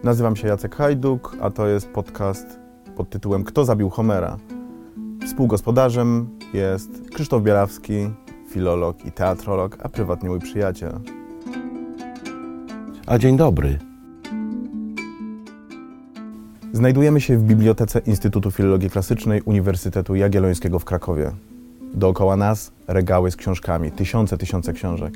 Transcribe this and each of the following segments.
Nazywam się Jacek Hajduk, a to jest podcast pod tytułem Kto zabił Homera? Współgospodarzem jest Krzysztof Bielawski, filolog i teatrolog, a prywatnie mój przyjaciel. A dzień dobry. Znajdujemy się w bibliotece Instytutu Filologii Klasycznej Uniwersytetu Jagiellońskiego w Krakowie. Dookoła nas regały z książkami, tysiące książek.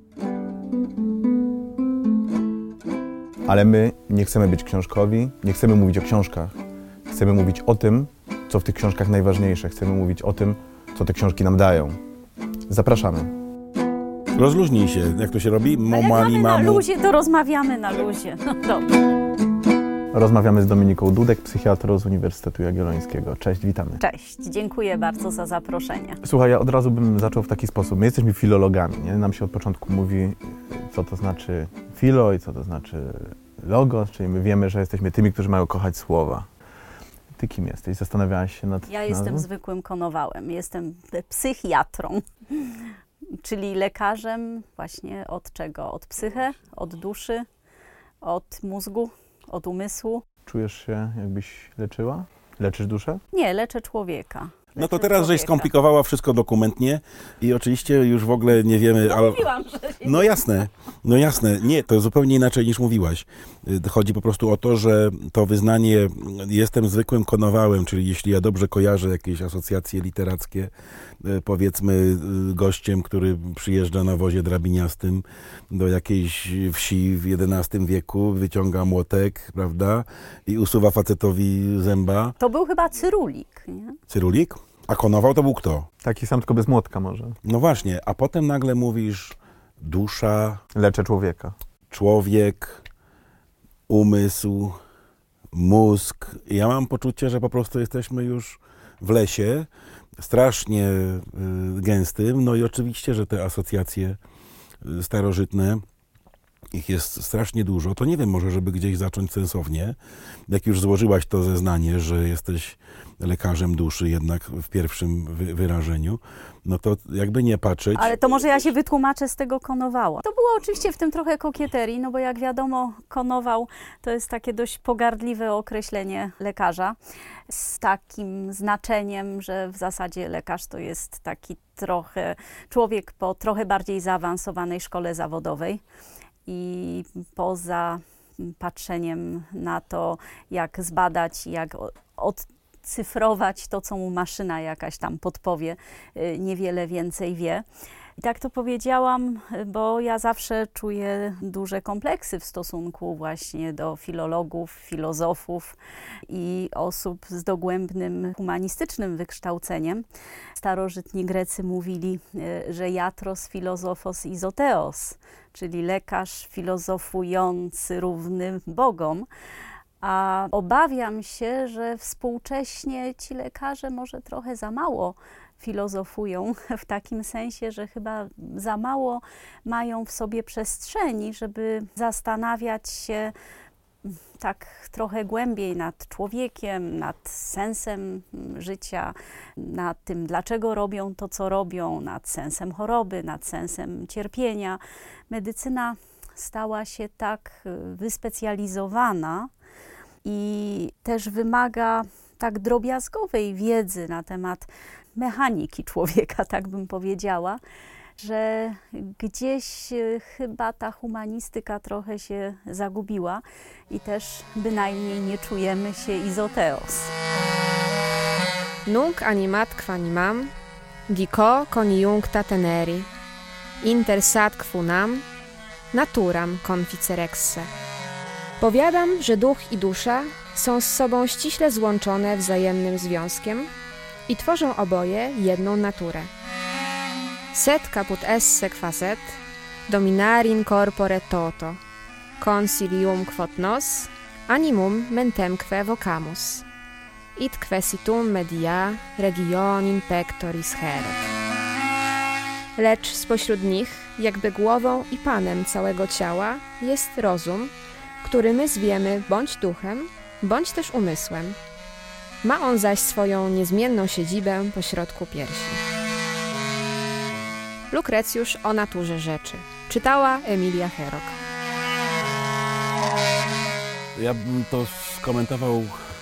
Ale my nie chcemy być książkowi, nie chcemy mówić o książkach. Chcemy mówić o tym, co w tych książkach najważniejsze. Chcemy mówić o tym, co te książki nam dają. Zapraszamy. Rozluźnij się, jak to się robi? Mamy na luzie, to rozmawiamy na luzie. No dobrze. Rozmawiamy z Dominiką Dudek, psychiatrą z Uniwersytetu Jagiellońskiego. Cześć, witamy. Cześć, dziękuję bardzo za zaproszenie. Słuchaj, ja od razu bym zaczął w taki sposób. My jesteśmy filologami, nie? Nam się od początku mówi, co to znaczy filo i co to znaczy logos, czyli my wiemy, że jesteśmy tymi, którzy mają kochać słowa. Ty kim jesteś? Zastanawiałaś się nad Ja jestem zwykłym konowałem, jestem psychiatrą, czyli lekarzem właśnie od czego? Od psyche, od duszy, od mózgu, od umysłu. Czujesz się, jakbyś leczyła? Leczysz duszę? Nie, leczę człowieka. No to teraz żeś skomplikowała wszystko dokumentnie i oczywiście już w ogóle nie wiemy... No mówiłam, że... No jasne. Nie, to zupełnie inaczej niż mówiłaś. Chodzi po prostu o to, że to wyznanie jestem zwykłym konowałem, czyli jeśli ja dobrze kojarzę jakieś asocjacje literackie, powiedzmy gościem, który przyjeżdża na wozie drabiniastym do jakiejś wsi w XI wieku, wyciąga młotek, prawda, i usuwa facetowi zęba. To był chyba Cyrulik, nie? Cyrulik? A konował to był kto? Taki sam, tylko bez młotka może. No właśnie, a potem nagle mówisz dusza, Leczę człowieka. człowiek, umysł, mózg. Ja mam poczucie, że po prostu jesteśmy już w lesie, strasznie gęstym. No i oczywiście, że te asocjacje starożytne, ich jest strasznie dużo. To nie wiem, może żeby gdzieś zacząć sensownie. Jak już złożyłaś to zeznanie, że jesteś lekarzem duszy jednak w pierwszym wyrażeniu, no to jakby nie patrzeć... Ale to może ja się wytłumaczę z tego konowała. To było oczywiście w tym trochę kokieterii, no bo jak wiadomo, konował to jest takie dość pogardliwe określenie lekarza z takim znaczeniem, że w zasadzie lekarz to jest taki trochę człowiek po trochę bardziej zaawansowanej szkole zawodowej i poza patrzeniem na to, jak zbadać, jak odcyfrować to, co mu maszyna jakaś tam podpowie, niewiele więcej wie. I tak to powiedziałam, bo ja zawsze czuję duże kompleksy w stosunku właśnie do filologów, filozofów i osób z dogłębnym humanistycznym wykształceniem. Starożytni Grecy mówili, że iatros filozofos izoteos, czyli lekarz filozofujący równy bogom. A obawiam się, że współcześnie ci lekarze może trochę za mało filozofują, w takim sensie, że chyba za mało mają w sobie przestrzeni, żeby zastanawiać się tak trochę głębiej nad człowiekiem, nad sensem życia, nad tym, dlaczego robią to, co robią, nad sensem choroby, nad sensem cierpienia. Medycyna stała się tak wyspecjalizowana i też wymaga tak drobiazgowej wiedzy na temat mechaniki człowieka, tak bym powiedziała, że gdzieś chyba ta humanistyka trochę się zagubiła i też bynajmniej nie czujemy się izoteos. Nunc animat quanimam, dico coniuncta teneri, inter sat quunam, naturam conficerexe. Powiadam, że duch i dusza są z sobą ściśle złączone wzajemnym związkiem i tworzą oboje jedną naturę. Sed caput esse quaset, dominarin corpore toto, consilium quod nos, animum mentemque vocamus, id quesitum media regionin pectoris heret. Lecz spośród nich, jakby głową i panem całego ciała, jest rozum, który my zwiemy bądź duchem, bądź też umysłem. Ma on zaś swoją niezmienną siedzibę pośrodku piersi. Lukrecjusz o naturze rzeczy. Czytała Emilia Herok. Ja bym to skomentował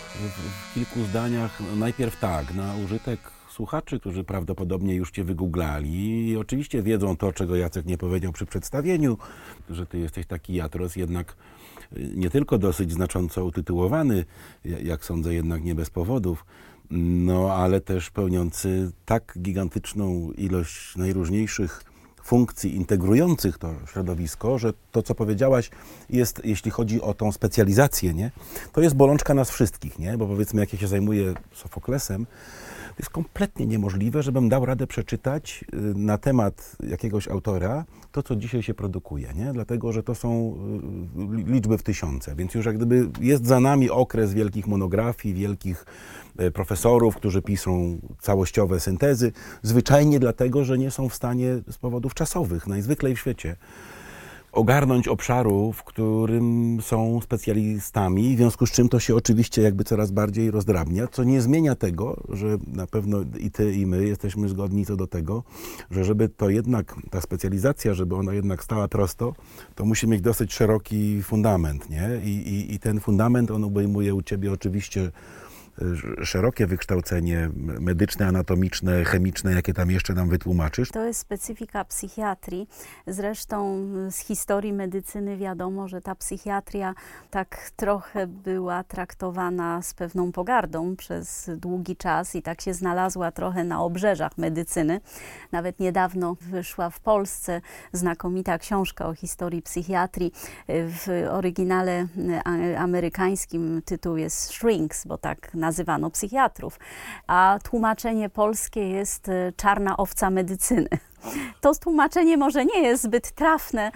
w kilku zdaniach. Najpierw tak, na użytek słuchaczy, którzy prawdopodobnie już Cię wygooglali i oczywiście wiedzą to, czego Jacek nie powiedział przy przedstawieniu, że Ty jesteś taki Jatros jednak nie tylko dosyć znacząco utytułowany, jak sądzę jednak nie bez powodów, no ale też pełniący tak gigantyczną ilość najróżniejszych funkcji integrujących to środowisko, że to, co powiedziałaś, jest, jeśli chodzi o tą specjalizację, nie, to jest bolączka nas wszystkich, nie, bo powiedzmy, jak ja się zajmuję Sofoklesem, to jest kompletnie niemożliwe, żebym dał radę przeczytać na temat jakiegoś autora to, co dzisiaj się produkuje, nie? Dlatego, że to są liczby w tysiące, więc już jak gdyby jest za nami okres wielkich monografii, wielkich profesorów, którzy piszą całościowe syntezy, zwyczajnie dlatego, że nie są w stanie z powodów czasowych, najzwyklej w świecie, ogarnąć obszaru, w którym są specjalistami, w związku z czym to się oczywiście jakby coraz bardziej rozdrabnia, co nie zmienia tego, że na pewno i Ty, i my jesteśmy zgodni co do tego, że żeby to jednak, ta specjalizacja, żeby ona jednak stała prosto, to musi mieć dosyć szeroki fundament, nie? I ten fundament, on obejmuje u Ciebie oczywiście szerokie wykształcenie medyczne, anatomiczne, chemiczne, jakie tam jeszcze nam wytłumaczysz. To jest specyfika psychiatrii. Zresztą z historii medycyny wiadomo, że ta psychiatria tak trochę była traktowana z pewną pogardą przez długi czas i tak się znalazła trochę na obrzeżach medycyny. Nawet niedawno wyszła w Polsce znakomita książka o historii psychiatrii. W oryginale amerykańskim tytuł jest Shrinks, bo tak nazywano psychiatrów, a tłumaczenie polskie jest czarna owca medycyny. To tłumaczenie może nie jest zbyt trafne,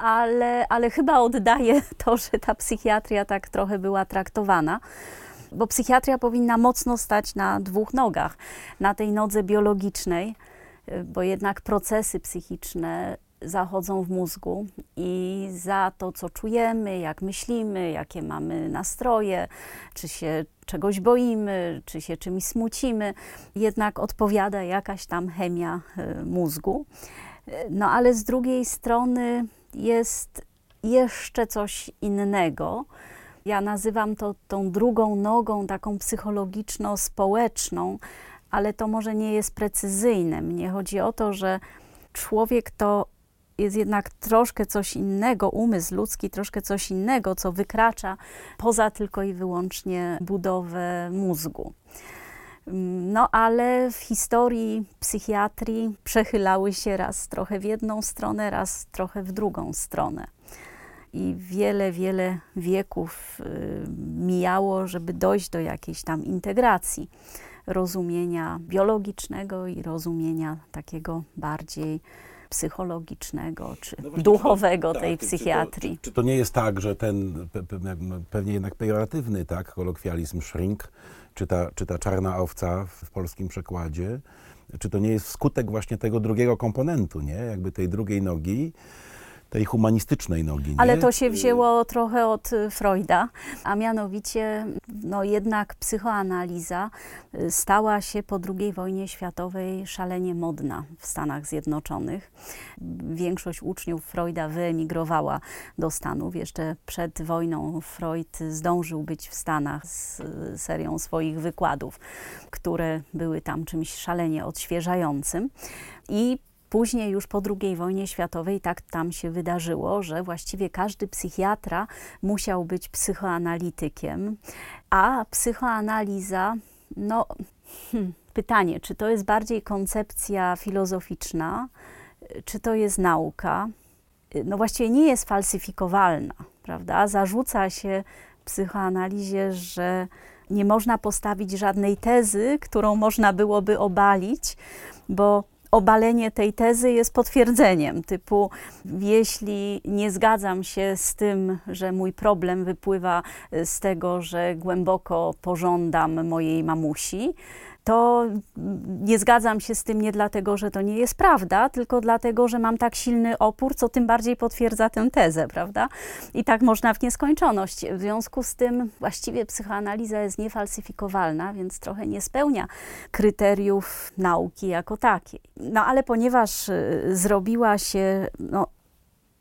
ale chyba oddaje to, że ta psychiatria tak trochę była traktowana. Bo psychiatria powinna mocno stać na dwóch nogach. Na tej nodze biologicznej, bo jednak procesy psychiczne zachodzą w mózgu i za to, co czujemy, jak myślimy, jakie mamy nastroje, czy się czegoś boimy, czy się czymś smucimy, jednak odpowiada jakaś tam chemia mózgu. No ale z drugiej strony jest jeszcze coś innego. Ja nazywam to tą drugą nogą, taką psychologiczno-społeczną, ale to może nie jest precyzyjne. Mnie chodzi o to, że człowiek to jest jednak troszkę coś innego, umysł ludzki troszkę coś innego, co wykracza poza tylko i wyłącznie budowę mózgu. No ale w historii psychiatrii przechylały się raz trochę w jedną stronę, raz trochę w drugą stronę. I wiele wieków mijało, żeby dojść do jakiejś tam integracji rozumienia biologicznego i rozumienia takiego bardziej psychologicznego czy duchowego tej psychiatrii. Czy to nie jest tak, że ten pewnie jednak pejoratywny, tak, kolokwializm shrink, czy ta czarna owca w polskim przekładzie, czy to nie jest skutek właśnie tego drugiego komponentu, nie? Jakby tej drugiej nogi, tej humanistycznej nogi, nie? Ale to się wzięło trochę od Freuda, a mianowicie no jednak psychoanaliza stała się po II wojnie światowej szalenie modna w Stanach Zjednoczonych. Większość uczniów Freuda wyemigrowała do Stanów. Jeszcze przed wojną Freud zdążył być w Stanach z serią swoich wykładów, które były tam czymś szalenie odświeżającym. I później już po II wojnie światowej tak tam się wydarzyło, że właściwie każdy psychiatra musiał być psychoanalitykiem, a psychoanaliza, no pytanie, czy to jest bardziej koncepcja filozoficzna, czy to jest nauka? No właściwie nie jest falsyfikowalna, prawda? Zarzuca się psychoanalizie, że nie można postawić żadnej tezy, którą można byłoby obalić, bo obalenie tej tezy jest potwierdzeniem, typu jeśli nie zgadzam się z tym, że mój problem wypływa z tego, że głęboko pożądam mojej mamusi, to nie zgadzam się z tym nie dlatego, że to nie jest prawda, tylko dlatego, że mam tak silny opór, co tym bardziej potwierdza tę tezę, prawda? I tak można w nieskończoność. W związku z tym właściwie psychoanaliza jest niefalsyfikowalna, więc trochę nie spełnia kryteriów nauki jako takiej. No ale ponieważ zrobiła się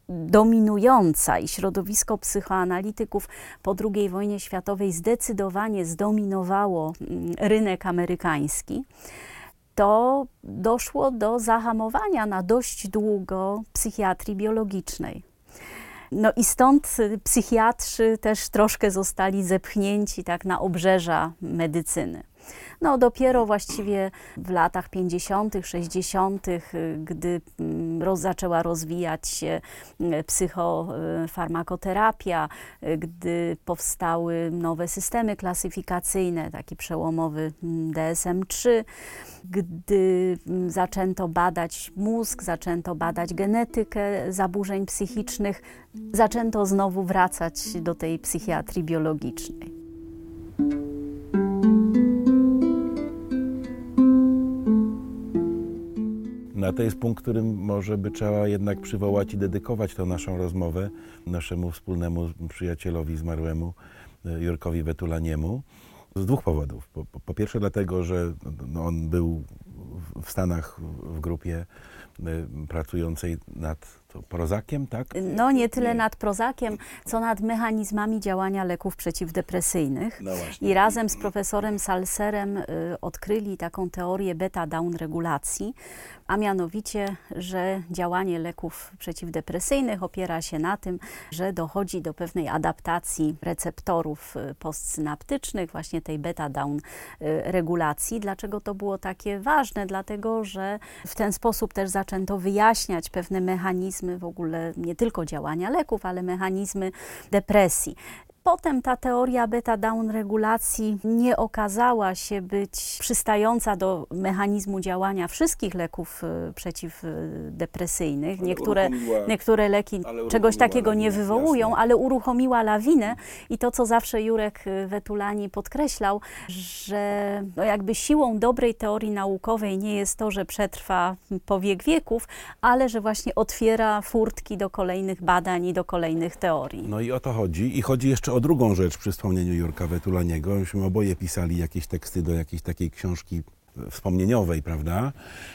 dominująca i środowisko psychoanalityków po II wojnie światowej zdecydowanie zdominowało rynek amerykański, to doszło do zahamowania na dość długo psychiatrii biologicznej. No i stąd psychiatrzy też troszkę zostali zepchnięci tak na obrzeża medycyny. No dopiero właściwie w latach 50., 60., gdy zaczęła rozwijać się psychofarmakoterapia, gdy powstały nowe systemy klasyfikacyjne, taki przełomowy DSM-3, gdy zaczęto badać mózg, zaczęto badać genetykę zaburzeń psychicznych, zaczęto znowu wracać do tej psychiatrii biologicznej. No to jest punkt, którym może by trzeba jednak przywołać i dedykować tę naszą rozmowę naszemu wspólnemu przyjacielowi zmarłemu, Jurkowi Wetulaniemu, z dwóch powodów. Po pierwsze dlatego, że on był w Stanach w grupie pracującej nad Prozakiem, tak? No nie tyle nad Prozakiem, co nad mechanizmami działania leków przeciwdepresyjnych. No właśnie. I razem z profesorem Salserem odkryli taką teorię beta-down regulacji, a mianowicie, że działanie leków przeciwdepresyjnych opiera się na tym, że dochodzi do pewnej adaptacji receptorów postsynaptycznych, właśnie tej beta-down regulacji. Dlaczego to było takie ważne? Dlatego, że w ten sposób też zaczęto wyjaśniać pewne mechanizmy w ogóle nie tylko działania leków, ale mechanizmy depresji. Potem ta teoria beta-down regulacji nie okazała się być przystająca do mechanizmu działania wszystkich leków przeciwdepresyjnych. Niektóre leki czegoś takiego nie wywołują, jasne, ale uruchomiła lawinę i to, co zawsze Jurek Wetulani podkreślał, że no jakby siłą dobrej teorii naukowej nie jest to, że przetrwa po wiek wieków, ale że właśnie otwiera furtki do kolejnych badań i do kolejnych teorii. No i o to chodzi. I chodzi jeszcze o drugą rzecz przy wspomnieniu Jurka Wetulaniego. Myśmy oboje pisali jakieś teksty do jakiejś takiej książki wspomnieniowej, prawda?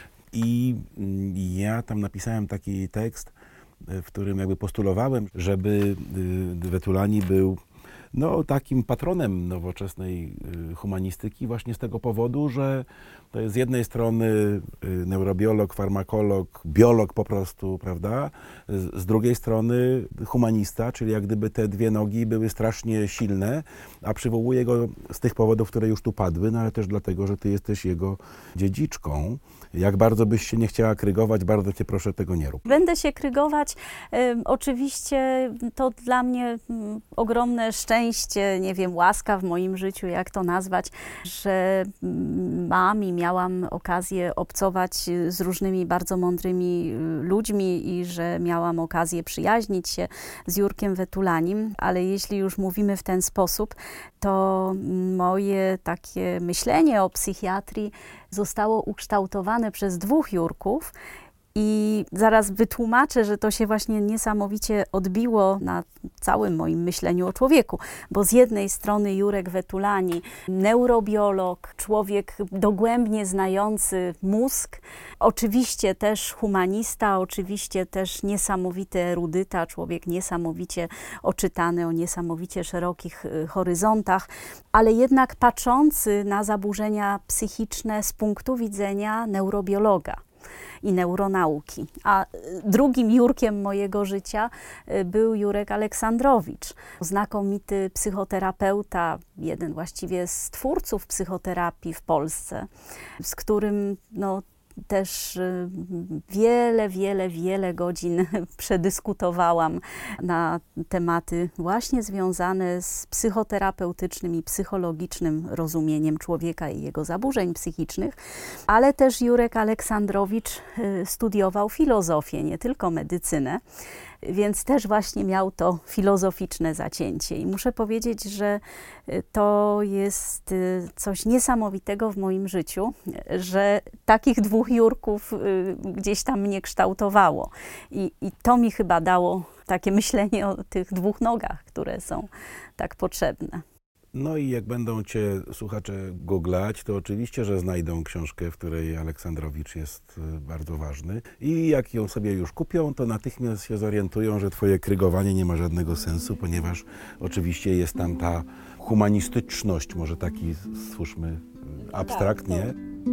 I ja tam napisałem taki tekst, w którym jakby postulowałem, żeby Wetulani był takim patronem nowoczesnej humanistyki właśnie z tego powodu, że to jest z jednej strony neurobiolog, farmakolog, biolog po prostu, prawda? Z drugiej strony humanista, czyli jak gdyby te dwie nogi były strasznie silne, a przywołuję go z tych powodów, które już tu padły, no ale też dlatego, że ty jesteś jego dziedziczką. Jak bardzo byś się nie chciała krygować, bardzo cię proszę, tego nie rób. Będę się krygować. Oczywiście to dla mnie ogromne szczęście, nie wiem, łaska w moim życiu, jak to nazwać, że mam i miałam okazję obcować z różnymi bardzo mądrymi ludźmi i że miałam okazję przyjaźnić się z Jurkiem Wetulanim, ale jeśli już mówimy w ten sposób, to moje takie myślenie o psychiatrii zostało ukształtowane przez dwóch Jurków. I zaraz wytłumaczę, że to się właśnie niesamowicie odbiło na całym moim myśleniu o człowieku, bo z jednej strony Jurek Wetulani, neurobiolog, człowiek dogłębnie znający mózg, oczywiście też humanista, oczywiście też niesamowity erudyta, człowiek niesamowicie oczytany, o niesamowicie szerokich horyzontach, ale jednak patrzący na zaburzenia psychiczne z punktu widzenia neurobiologa i neuronauki. A drugim Jurkiem mojego życia był Jurek Aleksandrowicz, znakomity psychoterapeuta, jeden właściwie z twórców psychoterapii w Polsce, z którym też wiele godzin przedyskutowałam na tematy właśnie związane z psychoterapeutycznym i psychologicznym rozumieniem człowieka i jego zaburzeń psychicznych, ale też Jurek Aleksandrowicz studiował filozofię, nie tylko medycynę, więc też właśnie miał to filozoficzne zacięcie. I muszę powiedzieć, że to jest coś niesamowitego w moim życiu, że takich dwóch Jurków gdzieś tam mnie kształtowało. I to mi chyba dało takie myślenie o tych dwóch nogach, które są tak potrzebne. No i jak będą Cię słuchacze googlać, to oczywiście, że znajdą książkę, w której Aleksandrowicz jest bardzo ważny. I jak ją sobie już kupią, to natychmiast się zorientują, że Twoje krygowanie nie ma żadnego sensu, ponieważ oczywiście jest tam ta humanistyczność, może taki, stwórzmy, abstrakt, nie?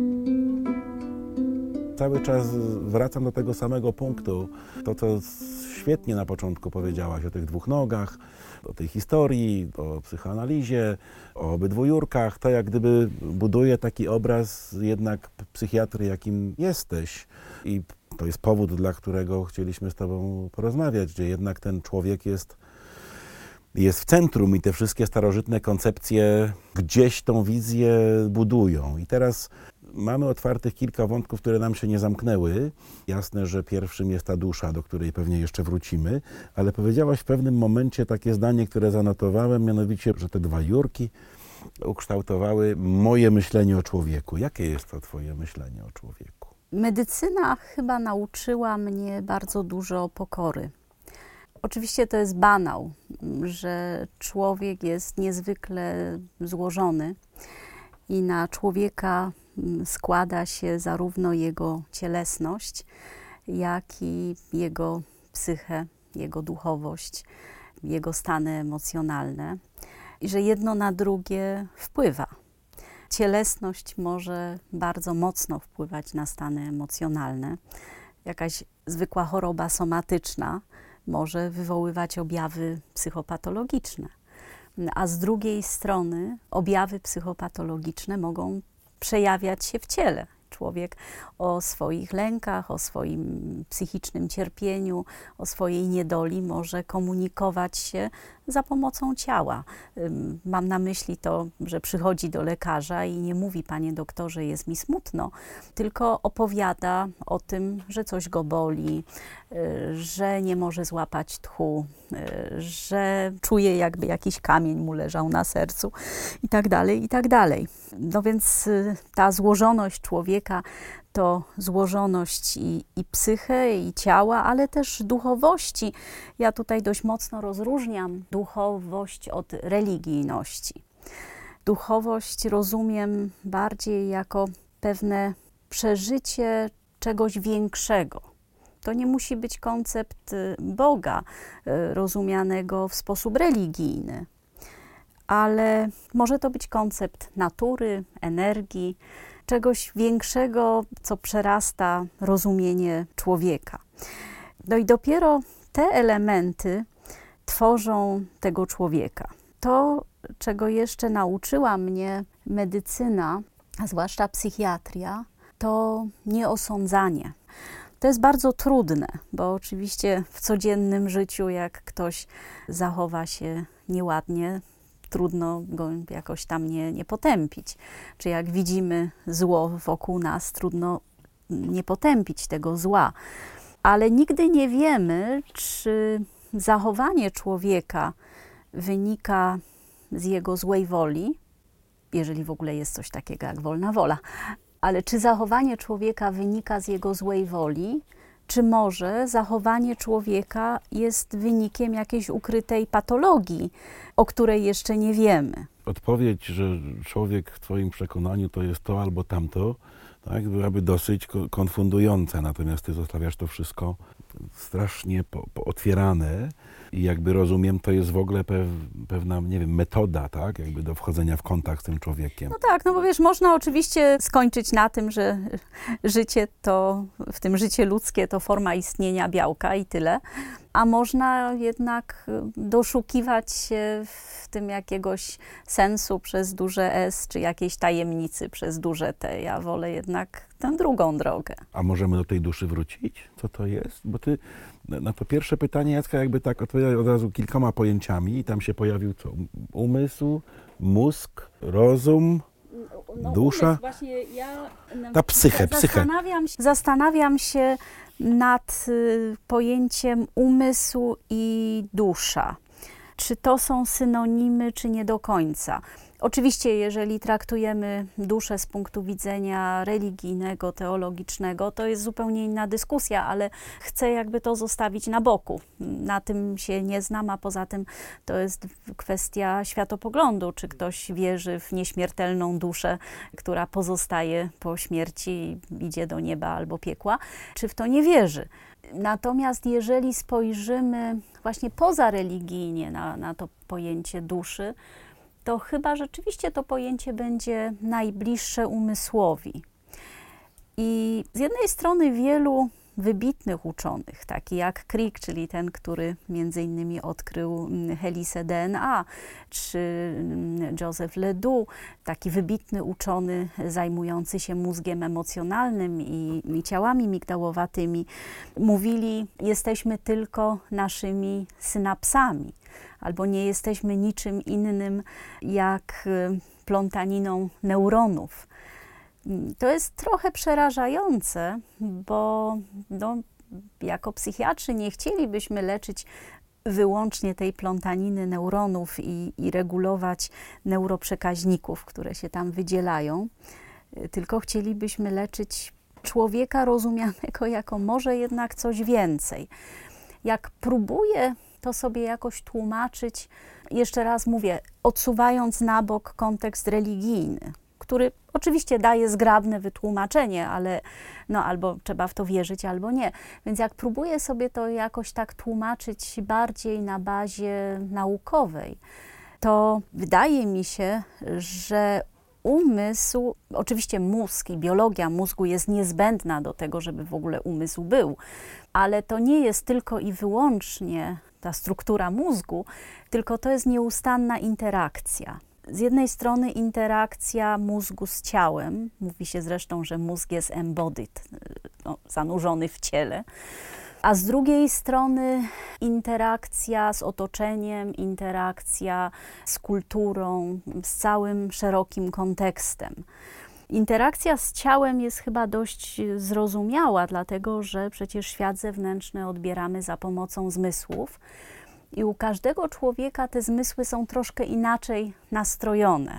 Cały czas wracam do tego samego punktu. To, co świetnie na początku powiedziałaś o tych dwóch nogach, o tej historii, o psychoanalizie, o obydwu Jurkach, to jak gdyby buduje taki obraz jednak psychiatry, jakim jesteś. I to jest powód, dla którego chcieliśmy z Tobą porozmawiać, gdzie jednak ten człowiek jest w centrum i te wszystkie starożytne koncepcje gdzieś tą wizję budują. I teraz mamy otwartych kilka wątków, które nam się nie zamknęły. Jasne, że pierwszym jest ta dusza, do której pewnie jeszcze wrócimy, ale powiedziałaś w pewnym momencie takie zdanie, które zanotowałem, mianowicie, że te dwa Jurki ukształtowały moje myślenie o człowieku. Jakie jest to Twoje myślenie o człowieku? Medycyna chyba nauczyła mnie bardzo dużo pokory. Oczywiście to jest banał, że człowiek jest niezwykle złożony i na człowieka składa się zarówno jego cielesność, jak i jego psychę, jego duchowość, jego stany emocjonalne i że jedno na drugie wpływa. Cielesność może bardzo mocno wpływać na stany emocjonalne. Jakaś zwykła choroba somatyczna może wywoływać objawy psychopatologiczne, a z drugiej strony objawy psychopatologiczne mogą przejawiać się w ciele. Człowiek o swoich lękach, o swoim psychicznym cierpieniu, o swojej niedoli może komunikować się za pomocą ciała. Mam na myśli to, że przychodzi do lekarza i nie mówi: panie doktorze, jest mi smutno, tylko opowiada o tym, że coś go boli, że nie może złapać tchu, że czuje, jakby jakiś kamień mu leżał na sercu i tak dalej, i tak dalej. No więc ta złożoność człowieka to złożoność i psychę, i ciała, ale też duchowości. Ja tutaj dość mocno rozróżniam duchowość od religijności. Duchowość rozumiem bardziej jako pewne przeżycie czegoś większego. To nie musi być koncept Boga rozumianego w sposób religijny, ale może to być koncept natury, energii, czegoś większego, co przerasta rozumienie człowieka. No i dopiero te elementy tworzą tego człowieka. To, czego jeszcze nauczyła mnie medycyna, a zwłaszcza psychiatria, to nieosądzanie. To jest bardzo trudne, bo oczywiście w codziennym życiu, jak ktoś zachowa się nieładnie, trudno go jakoś tam nie potępić. Czy jak widzimy zło wokół nas, trudno nie potępić tego zła. Ale nigdy nie wiemy, czy zachowanie człowieka wynika z jego złej woli, jeżeli w ogóle jest coś takiego jak wolna wola, ale czy zachowanie człowieka wynika z jego złej woli, czy może zachowanie człowieka jest wynikiem jakiejś ukrytej patologii, o której jeszcze nie wiemy. Odpowiedź, że człowiek w Twoim przekonaniu to jest to albo tamto, tak, byłaby dosyć konfundująca, natomiast Ty zostawiasz to wszystko strasznie pootwierane i jakby rozumiem, to jest w ogóle pewna, nie wiem, metoda, tak, jakby do wchodzenia w kontakt z tym człowiekiem. No tak, no bo wiesz, można oczywiście skończyć na tym, że życie to, w tym życie ludzkie to forma istnienia białka i tyle, a można jednak doszukiwać się w tym jakiegoś sensu przez duże S, czy jakiejś tajemnicy przez duże T. Ja wolę jednak tę drugą drogę. A możemy do tej duszy wrócić? Co to jest? Bo Ty na to pierwsze pytanie, Jacka, jakby tak odpowiadał od razu kilkoma pojęciami i tam się pojawił co? Umysł, mózg, rozum, dusza? Umysł, właśnie ja ta psychę. Zastanawiam się nad pojęciem umysł i dusza. Czy to są synonimy, czy nie do końca? Oczywiście, jeżeli traktujemy duszę z punktu widzenia religijnego, teologicznego, to jest zupełnie inna dyskusja, ale chcę jakby to zostawić na boku. Na tym się nie znam, a poza tym to jest kwestia światopoglądu, czy ktoś wierzy w nieśmiertelną duszę, która pozostaje po śmierci i idzie do nieba albo piekła, czy w to nie wierzy. Natomiast jeżeli spojrzymy właśnie pozareligijnie na to pojęcie duszy, to chyba rzeczywiście to pojęcie będzie najbliższe umysłowi. I z jednej strony wielu wybitnych uczonych, taki jak Crick, czyli ten, który między innymi odkrył helisę DNA, czy Joseph Ledoux, taki wybitny uczony zajmujący się mózgiem emocjonalnym i ciałami migdałowatymi, mówili: jesteśmy tylko naszymi synapsami, albo nie jesteśmy niczym innym jak plątaniną neuronów. To jest trochę przerażające, bo jako psychiatrzy nie chcielibyśmy leczyć wyłącznie tej plątaniny neuronów i regulować neuroprzekaźników, które się tam wydzielają, tylko chcielibyśmy leczyć człowieka rozumianego jako może jednak coś więcej. Jak próbuję to sobie jakoś tłumaczyć, jeszcze raz mówię, odsuwając na bok kontekst religijny, który oczywiście daje zgrabne wytłumaczenie, ale albo trzeba w to wierzyć, albo nie. Więc jak próbuję sobie to jakoś tak tłumaczyć bardziej na bazie naukowej, to wydaje mi się, że umysł, oczywiście mózg i biologia mózgu jest niezbędna do tego, żeby w ogóle umysł był, ale to nie jest tylko i wyłącznie ta struktura mózgu, tylko to jest nieustanna interakcja. Z jednej strony interakcja mózgu z ciałem, mówi się zresztą, że mózg jest embodied, zanurzony w ciele, a z drugiej strony interakcja z otoczeniem, interakcja z kulturą, z całym szerokim kontekstem. Interakcja z ciałem jest chyba dość zrozumiała, dlatego że przecież świat zewnętrzny odbieramy za pomocą zmysłów. I u każdego człowieka te zmysły są troszkę inaczej nastrojone.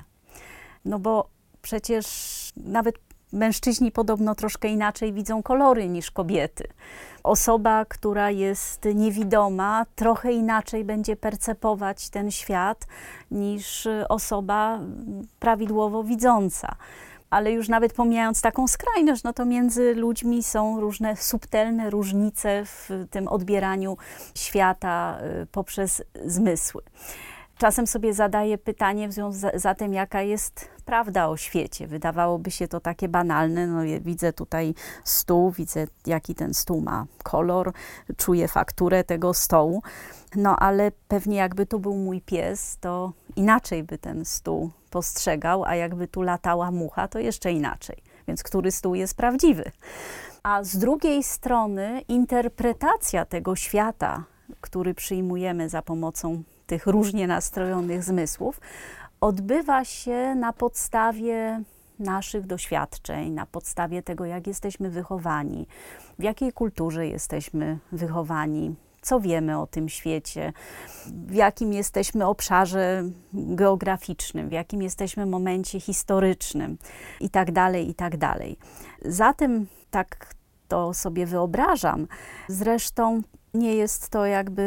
Bo przecież nawet mężczyźni podobno troszkę inaczej widzą kolory niż kobiety. Osoba, która jest niewidoma, trochę inaczej będzie percepować ten świat niż osoba prawidłowo widząca. Ale już nawet pomijając taką skrajność, to między ludźmi są różne subtelne różnice w tym odbieraniu świata poprzez zmysły. Czasem sobie zadaję pytanie w związku z tym, jaka jest prawda o świecie. Wydawałoby się to takie banalne. Widzę tutaj stół, widzę, jaki ten stół ma kolor, czuję fakturę tego stołu. Ale pewnie jakby tu był mój pies, to inaczej by ten stół postrzegał, a jakby tu latała mucha, to jeszcze inaczej. Więc który stół jest prawdziwy? A z drugiej strony interpretacja tego świata, który przyjmujemy za pomocą tych różnie nastrojonych zmysłów, odbywa się na podstawie naszych doświadczeń, na podstawie tego, jak jesteśmy wychowani, w jakiej kulturze jesteśmy wychowani, co wiemy o tym świecie, w jakim jesteśmy obszarze geograficznym, w jakim jesteśmy momencie historycznym itd., itd. Zatem tak to sobie wyobrażam. Zresztą nie jest to jakby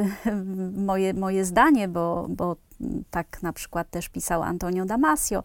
moje zdanie, bo tak na przykład też pisał Antonio Damasio,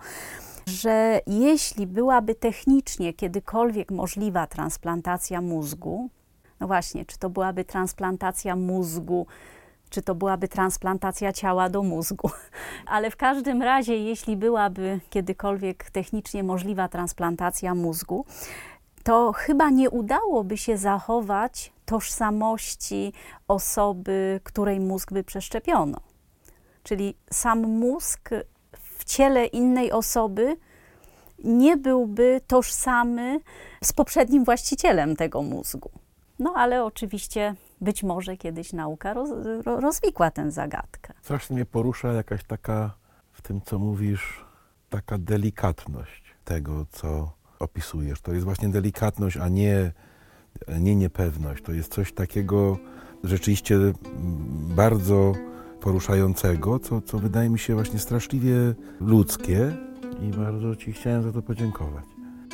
że jeśli byłaby technicznie kiedykolwiek możliwa transplantacja mózgu, właśnie, czy to byłaby transplantacja mózgu, czy to byłaby transplantacja ciała do mózgu, ale w każdym razie, jeśli byłaby kiedykolwiek technicznie możliwa transplantacja mózgu, to chyba nie udałoby się zachować tożsamości osoby, której mózg by przeszczepiono. Czyli sam mózg w ciele innej osoby nie byłby tożsamy z poprzednim właścicielem tego mózgu. Ale oczywiście być może kiedyś nauka rozwikła tę zagadkę. Strasznie mnie porusza jakaś taka, w tym co mówisz, taka delikatność tego, co opisujesz. To jest właśnie delikatność, a nie niepewność. To jest coś takiego rzeczywiście bardzo poruszającego, co wydaje mi się właśnie straszliwie ludzkie i bardzo Ci chciałem za to podziękować.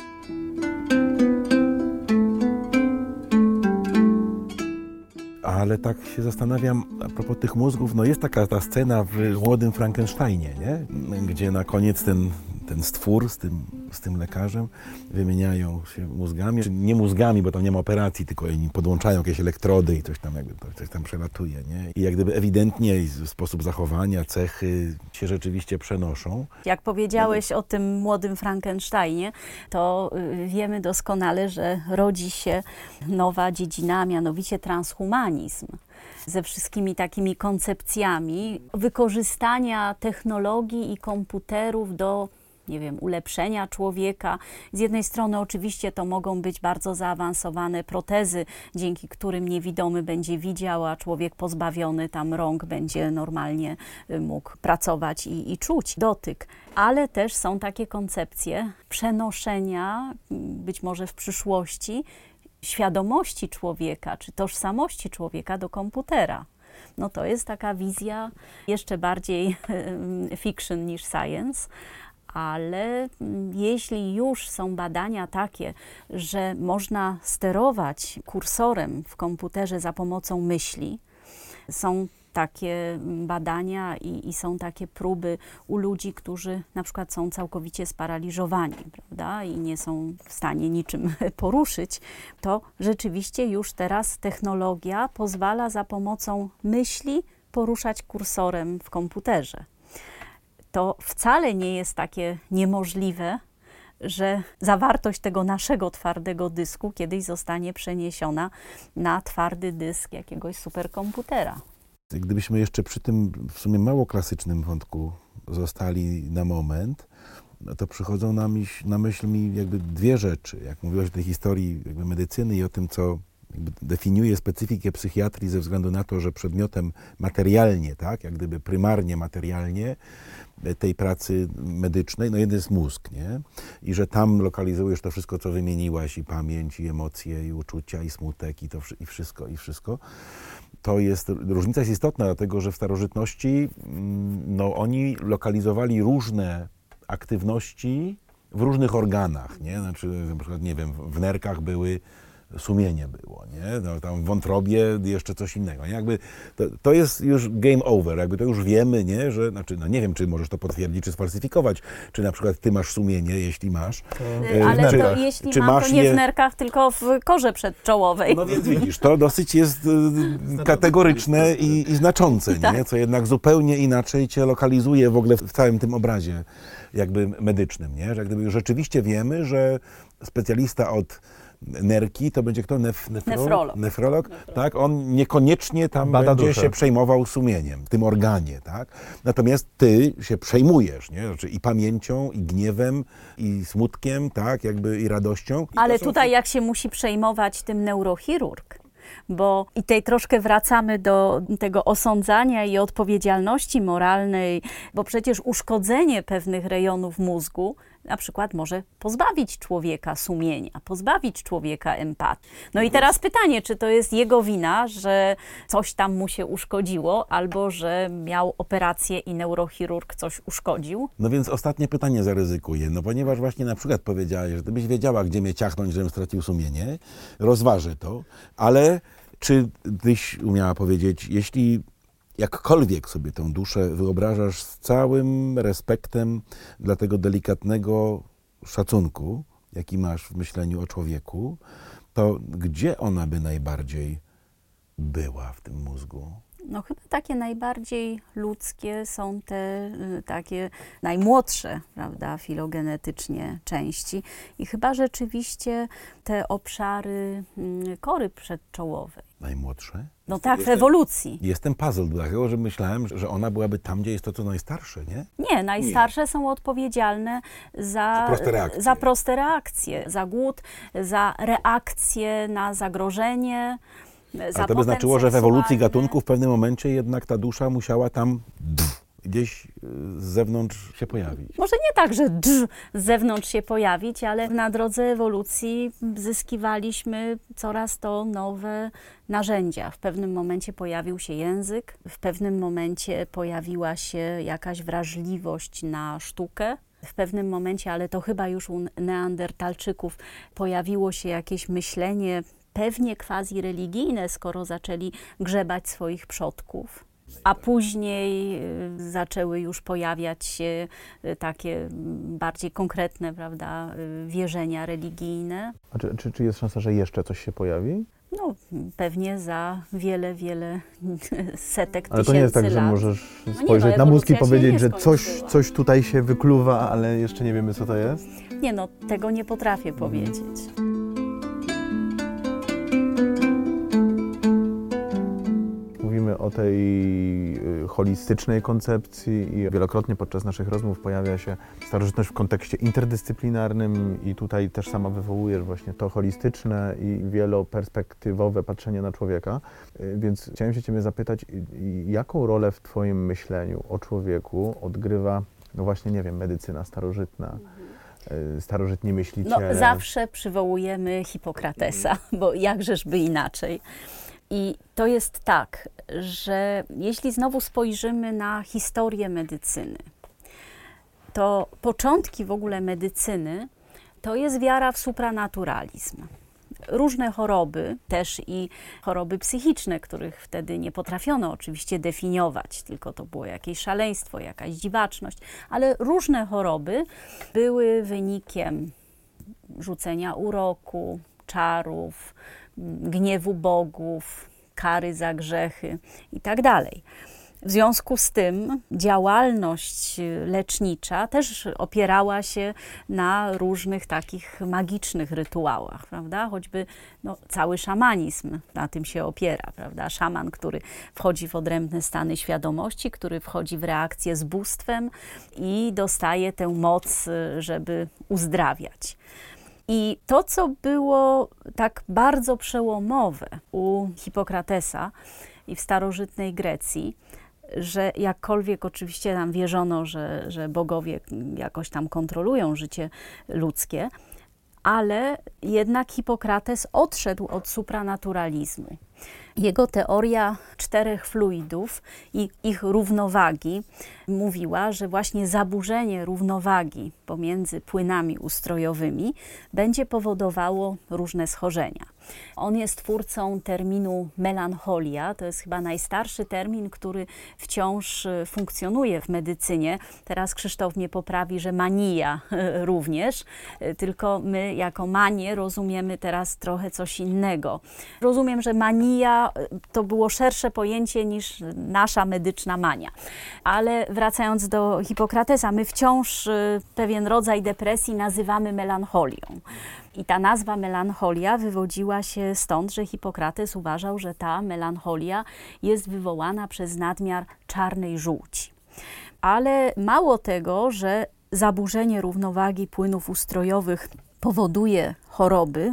Ale tak się zastanawiam, a propos tych mózgów, no jest taka ta scena w Młodym Frankensteinie, nie? Gdzie na koniec ten stwór z tym lekarzem wymieniają się mózgami, czy nie mózgami, bo tam nie ma operacji, tylko oni podłączają jakieś elektrody i coś tam przelatuje, nie? I jak gdyby ewidentnie sposób zachowania, cechy się rzeczywiście przenoszą. Jak powiedziałeś o tym Młodym Frankensteinie, to wiemy doskonale, że rodzi się nowa dziedzina, mianowicie transhumanizm. Ze wszystkimi takimi koncepcjami wykorzystania technologii i komputerów do, nie wiem, ulepszenia człowieka. Z jednej strony oczywiście to mogą być bardzo zaawansowane protezy, dzięki którym niewidomy będzie widział, a człowiek pozbawiony tam rąk będzie normalnie mógł pracować i czuć dotyk. Ale też są takie koncepcje przenoszenia, być może w przyszłości, świadomości człowieka, czy tożsamości człowieka do komputera. No to jest taka wizja jeszcze bardziej fiction niż science, ale jeśli już są badania takie, że można sterować kursorem w komputerze za pomocą myśli, są takie badania i są takie próby u ludzi, którzy na przykład są całkowicie sparaliżowani, prawda, i nie są w stanie niczym poruszyć, to rzeczywiście już teraz technologia pozwala za pomocą myśli poruszać kursorem w komputerze. To wcale nie jest takie niemożliwe, że zawartość tego naszego twardego dysku kiedyś zostanie przeniesiona na twardy dysk jakiegoś superkomputera. Gdybyśmy jeszcze przy tym w sumie mało klasycznym wątku zostali na moment, to przychodzą na myśl mi jakby dwie rzeczy. Jak mówiłaś o tej historii jakby medycyny i o tym, co jakby definiuje specyfikę psychiatrii ze względu na to, że przedmiotem materialnie, tak, jak gdyby prymarnie materialnie tej pracy medycznej, no jeden jest mózg, nie? I że tam lokalizujesz to wszystko, co wymieniłaś, i pamięć, i emocje, i uczucia, i smutek, i wszystko. To jest, różnica jest istotna, dlatego że w starożytności no, oni lokalizowali różne aktywności w różnych organach, nie? Znaczy, na przykład, nie wiem, w nerkach sumienie było, nie? No, tam w wątrobie jeszcze coś innego, nie? Jakby to jest już game over, jakby to już wiemy, nie? Że, znaczy, no nie wiem, czy możesz to potwierdzić, czy sfalsyfikować, czy na przykład ty masz sumienie, jeśli masz. Ale to jeśli mam, to nie w nerkach, tylko w korze przedczołowej. No więc widzisz, to dosyć jest kategoryczne i znaczące, nie? Tak. Co jednak zupełnie inaczej cię lokalizuje w ogóle w całym tym obrazie jakby medycznym, nie? Że jak gdyby już rzeczywiście wiemy, że specjalista od nerki, to będzie kto? Nefrolog. Tak? On niekoniecznie tam będzie się przejmował sumieniem, tym organie, tak? Natomiast ty się przejmujesz, nie? Znaczy i pamięcią, i gniewem, i smutkiem, tak? Jakby i radością. Ale tutaj jak się musi przejmować tym neurochirurg, bo i tutaj troszkę wracamy do tego osądzania i odpowiedzialności moralnej, bo przecież uszkodzenie pewnych rejonów mózgu na przykład może pozbawić człowieka sumienia, pozbawić człowieka empatii. No i teraz pytanie, czy to jest jego wina, że coś tam mu się uszkodziło, albo że miał operację i neurochirurg coś uszkodził? No więc ostatnie pytanie zaryzykuję, no ponieważ właśnie na przykład powiedziałaś, że gdybyś wiedziała, gdzie mnie ciachnąć, żebym stracił sumienie, rozważę to, ale czy byś umiała powiedzieć, jeśli jakkolwiek sobie tę duszę wyobrażasz z całym respektem dla tego delikatnego szacunku, jaki masz w myśleniu o człowieku, to gdzie ona by najbardziej była w tym mózgu? No chyba takie najbardziej ludzkie są te takie najmłodsze, prawda, filogenetycznie części i chyba rzeczywiście te obszary kory przedczołowej. Najmłodsze? No tak, w ewolucji. Jestem puzzle, dlatego że myślałem, że ona byłaby tam, gdzie jest to, co najstarsze, nie? Nie, najstarsze są odpowiedzialne za proste reakcje, za głód, za reakcje na zagrożenie. A to by znaczyło, że w ewolucji gatunku w pewnym momencie jednak ta dusza musiała tam gdzieś z zewnątrz się pojawić. Może nie tak, że z zewnątrz się pojawić, ale na drodze ewolucji zyskiwaliśmy coraz to nowe narzędzia. W pewnym momencie pojawił się język, w pewnym momencie pojawiła się jakaś wrażliwość na sztukę. W pewnym momencie, ale to chyba już u Neandertalczyków, pojawiło się jakieś myślenie pewnie quasi-religijne, skoro zaczęli grzebać swoich przodków. A później zaczęły już pojawiać się takie bardziej konkretne, prawda, wierzenia religijne. A czy jest szansa, że jeszcze coś się pojawi? No, pewnie za wiele setek Ale tysięcy to nie jest tak, lat. że możesz No nie, spojrzeć na mózg i ewolucja się powiedzieć, nie że skończyła. coś tutaj się wykluwa, ale jeszcze nie wiemy, co to jest? Nie no, tego nie potrafię powiedzieć. Mówimy o tej holistycznej koncepcji i wielokrotnie podczas naszych rozmów pojawia się starożytność w kontekście interdyscyplinarnym i tutaj też sama wywołujesz właśnie to holistyczne i wieloperspektywowe patrzenie na człowieka. Więc chciałem się Ciebie zapytać, jaką rolę w Twoim myśleniu o człowieku odgrywa, no właśnie, nie wiem, medycyna starożytna, starożytni myśliciele? No, zawsze przywołujemy Hipokratesa, bo jakżeżby inaczej. I to jest tak, że jeśli znowu spojrzymy na historię medycyny, to początki w ogóle medycyny to jest wiara w supranaturalizm. Różne choroby, też i choroby psychiczne, których wtedy nie potrafiono oczywiście definiować, tylko to było jakieś szaleństwo, jakaś dziwaczność, ale różne choroby były wynikiem rzucenia uroku, czarów, gniewu bogów, kary za grzechy i tak dalej. W związku z tym działalność lecznicza też opierała się na różnych takich magicznych rytuałach, prawda? Choćby cały szamanizm na tym się opiera, prawda? Szaman, który wchodzi w odrębne stany świadomości, który wchodzi w reakcję z bóstwem i dostaje tę moc, żeby uzdrawiać. I to, co było tak bardzo przełomowe u Hipokratesa i w starożytnej Grecji, że jakkolwiek oczywiście nam wierzono, że bogowie jakoś tam kontrolują życie ludzkie, ale jednak Hipokrates odszedł od supranaturalizmu. Jego teoria 4 fluidów i ich równowagi mówiła, że właśnie zaburzenie równowagi pomiędzy płynami ustrojowymi będzie powodowało różne schorzenia. On jest twórcą terminu melancholia, to jest chyba najstarszy termin, który wciąż funkcjonuje w medycynie. Teraz Krzysztof mnie poprawi, że mania również, tylko my jako manię rozumiemy teraz trochę coś innego. Rozumiem, że mania to było szersze pojęcie niż nasza medyczna mania. Ale wracając do Hipokratesa, my wciąż pewien rodzaj depresji nazywamy melancholią. I ta nazwa melancholia wywodziła się stąd, że Hipokrates uważał, że ta melancholia jest wywołana przez nadmiar czarnej żółci. Ale mało tego, że zaburzenie równowagi płynów ustrojowych powoduje choroby,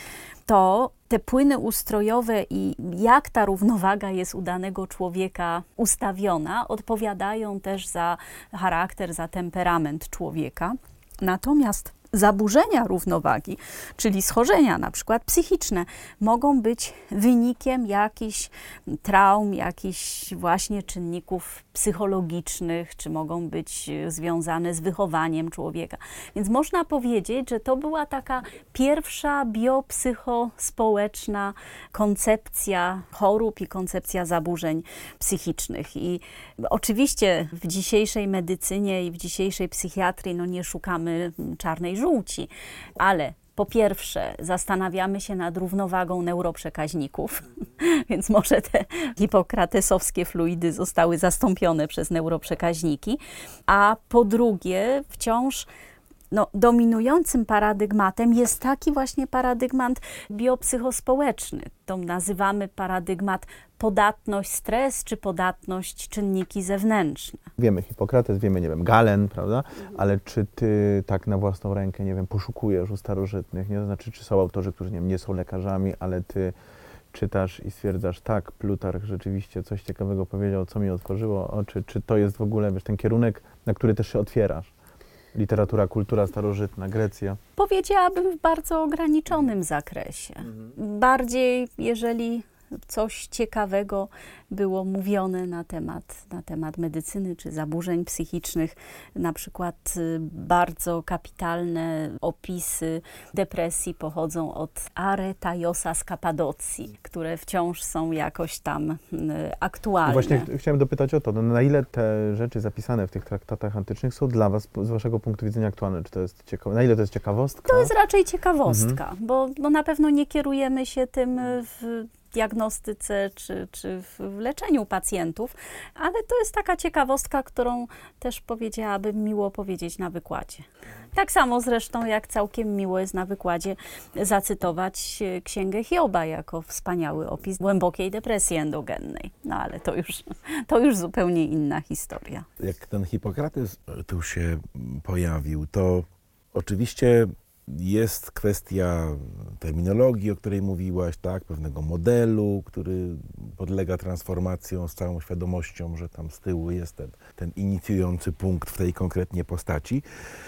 to te płyny ustrojowe i jak ta równowaga jest u danego człowieka ustawiona, odpowiadają też za charakter, za temperament człowieka. Natomiast zaburzenia równowagi, czyli schorzenia na przykład psychiczne, mogą być wynikiem jakichś traum, jakichś właśnie czynników psychologicznych, czy mogą być związane z wychowaniem człowieka. Więc można powiedzieć, że to była taka pierwsza biopsychospołeczna koncepcja chorób i koncepcja zaburzeń psychicznych. I oczywiście w dzisiejszej medycynie i w dzisiejszej psychiatrii nie szukamy czarnej żółci, ale po pierwsze zastanawiamy się nad równowagą neuroprzekaźników, więc może te hipokratesowskie fluidy zostały zastąpione przez neuroprzekaźniki, a po drugie wciąż dominującym paradygmatem jest taki właśnie paradygmat biopsychospołeczny. To nazywamy paradygmat podatność stres czy podatność czynniki zewnętrzne. Wiemy Hipokrates, wiemy, nie wiem, Galen, prawda? Ale czy ty tak na własną rękę, nie wiem, poszukujesz u starożytnych, nie? To znaczy, czy są autorzy, którzy nie są lekarzami, ale ty czytasz i stwierdzasz, tak, Plutarch rzeczywiście coś ciekawego powiedział, co mi otworzyło oczy, czy to jest w ogóle, wiesz, ten kierunek, na który też się otwierasz? Literatura, kultura starożytna, Grecja. Powiedziałabym w bardzo ograniczonym zakresie. Bardziej, jeżeli coś ciekawego było mówione na temat medycyny czy zaburzeń psychicznych. Na przykład bardzo kapitalne opisy depresji pochodzą od Aretaiosa z Kapadocji, które wciąż są jakoś tam aktualne. I właśnie chciałem dopytać o to, no, na ile te rzeczy zapisane w tych traktatach antycznych są dla was, z waszego punktu widzenia aktualne? Czy to jest ciekawe? Na ile to jest ciekawostka? To jest raczej ciekawostka, bo na pewno nie kierujemy się tym w diagnostyce czy w leczeniu pacjentów, ale to jest taka ciekawostka, którą też powiedziałabym miło powiedzieć na wykładzie. Tak samo zresztą jak całkiem miło jest na wykładzie zacytować Księgę Hioba jako wspaniały opis głębokiej depresji endogennej. No ale to już zupełnie inna historia. Jak ten Hipokrates tu się pojawił, to oczywiście jest kwestia terminologii, o której mówiłaś, tak, pewnego modelu, który podlega transformacjom z całą świadomością, że tam z tyłu jest ten inicjujący punkt w tej konkretnie postaci.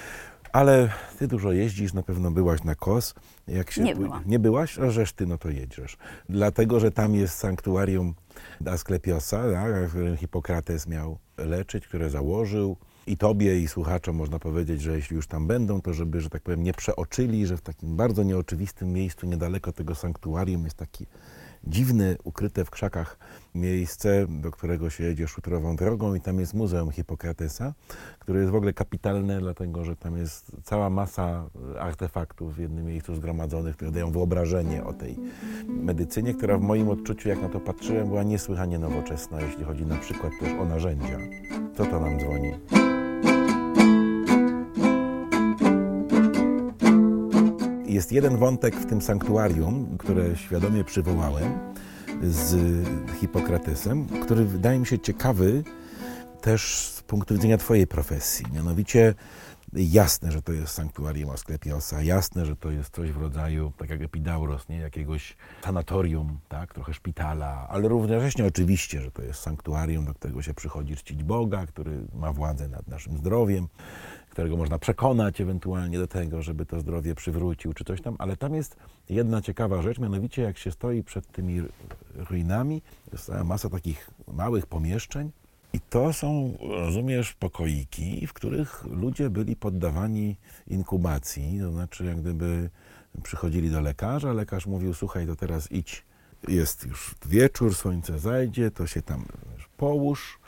Ale ty dużo jeździsz, na pewno byłaś na KOS. Jak się byłam. Nie byłaś? A żeż ty, no to jedziesz. Dlatego, że tam jest sanktuarium Asklepiosa, tak, które Hipokrates miał leczyć, które założył. I tobie, i słuchaczom można powiedzieć, że jeśli już tam będą, to żeby, że tak powiem, nie przeoczyli, że w takim bardzo nieoczywistym miejscu, niedaleko tego sanktuarium jest takie dziwne, ukryte w krzakach miejsce, do którego się jedzie szutrową drogą i tam jest Muzeum Hipokratesa, które jest w ogóle kapitalne, dlatego że tam jest cała masa artefaktów w jednym miejscu zgromadzonych, które dają wyobrażenie o tej medycynie, która w moim odczuciu, jak na to patrzyłem, była niesłychanie nowoczesna, jeśli chodzi na przykład też o narzędzia. Kto to nam dzwoni? Jest jeden wątek w tym sanktuarium, które świadomie przywołałem z Hipokratesem, który wydaje mi się ciekawy też z punktu widzenia twojej profesji. Mianowicie jasne, że to jest sanktuarium Asklepiosa, jasne, że to jest coś w rodzaju, tak jak Epidauros, nie? Jakiegoś sanatorium, tak? Trochę szpitala, ale równocześnie oczywiście, że to jest sanktuarium, do którego się przychodzi czcić Boga, który ma władzę nad naszym zdrowiem, którego można przekonać ewentualnie do tego, żeby to zdrowie przywrócił, czy coś tam, ale tam jest jedna ciekawa rzecz, mianowicie jak się stoi przed tymi ruinami, jest cała masa takich małych pomieszczeń i to są, rozumiesz, pokoiki, w których ludzie byli poddawani inkubacji, to znaczy jak gdyby przychodzili do lekarza, lekarz mówił, słuchaj, to teraz idź, jest już wieczór, słońce zajdzie, to się tam połóż,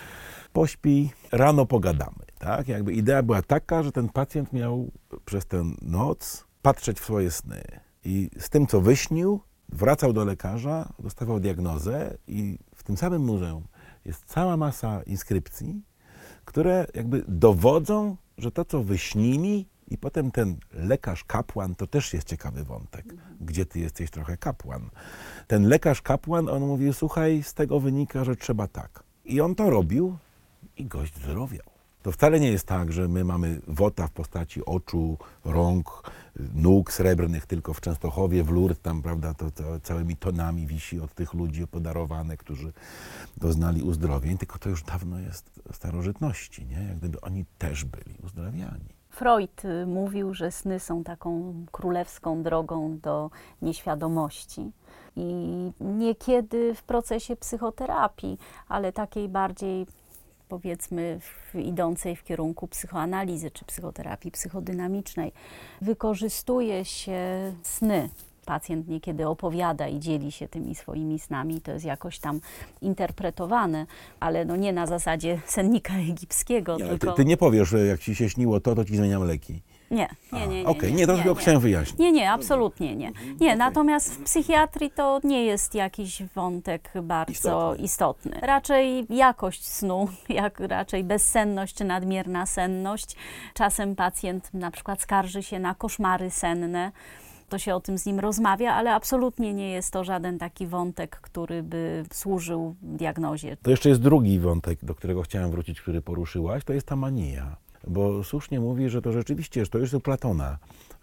pośpij, rano pogadamy. Tak? Jakby idea była taka, że ten pacjent miał przez tę noc patrzeć w swoje sny. I z tym, co wyśnił, wracał do lekarza, dostawał diagnozę i w tym samym muzeum jest cała masa inskrypcji, które jakby dowodzą, że to, co wyśnili i potem ten lekarz kapłan, to też jest ciekawy wątek, gdzie ty jesteś trochę kapłan. Ten lekarz kapłan, on mówił, słuchaj, z tego wynika, że trzeba tak. I on to robił i gość zdrowiał. To wcale nie jest tak, że my mamy wota w postaci oczu, rąk, nóg srebrnych, tylko w Częstochowie, w Lourdes, tam, prawda, to całymi tonami wisi od tych ludzi podarowane, którzy doznali uzdrowień, tylko to już dawno jest w starożytności, nie? Jak gdyby oni też byli uzdrawiani. Freud mówił, że sny są taką królewską drogą do nieświadomości. I niekiedy w procesie psychoterapii, ale takiej bardziej, powiedzmy, idącej w kierunku psychoanalizy czy psychoterapii psychodynamicznej, wykorzystuje się sny. Pacjent niekiedy opowiada i dzieli się tymi swoimi snami, to jest jakoś tam interpretowane, ale no nie na zasadzie sennika egipskiego. Nie, tylko... ty nie powiesz, że jak ci się śniło to ci zmieniam leki. Nie. Okej, nie, to tylko chciałem wyjaśnić. Nie, absolutnie nie. Nie, natomiast w psychiatrii to nie jest jakiś wątek bardzo istotny. Raczej jakość snu, jak raczej bezsenność czy nadmierna senność. Czasem pacjent na przykład skarży się na koszmary senne. To się o tym z nim rozmawia, ale absolutnie nie jest to żaden taki wątek, który by służył diagnozie. To jeszcze jest drugi wątek, do którego chciałem wrócić, który poruszyłaś, to jest ta mania. Bo słusznie mówi, że to rzeczywiście, że to już u Platona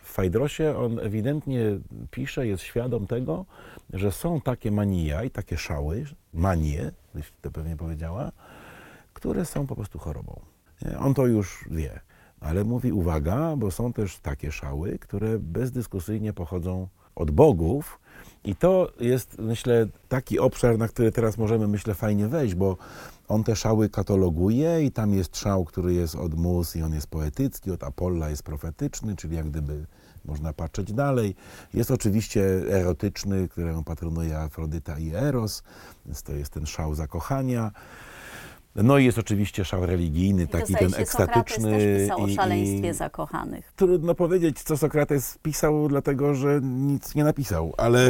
W Phaedrosie on ewidentnie pisze, jest świadom tego, że są takie mania i takie szały, manie, jeśli to pewnie powiedziała, które są po prostu chorobą. Nie? On to już wie, ale mówi uwaga, bo są też takie szały, które bezdyskusyjnie pochodzą od bogów i to jest, myślę, taki obszar, na który teraz możemy, myślę, fajnie wejść, bo on te szały kataloguje i tam jest szał, który jest od Mus i on jest poetycki, od Apolla jest profetyczny, czyli jak gdyby można patrzeć dalej. Jest oczywiście erotyczny, któremu patronuje Afrodyta i Eros, więc to jest ten szał zakochania. No i jest oczywiście szał religijny, taki ten ekstatyczny. Sokrates też pisał o szaleństwie zakochanych. Trudno powiedzieć, co Sokrates pisał, dlatego że nic nie napisał, ale...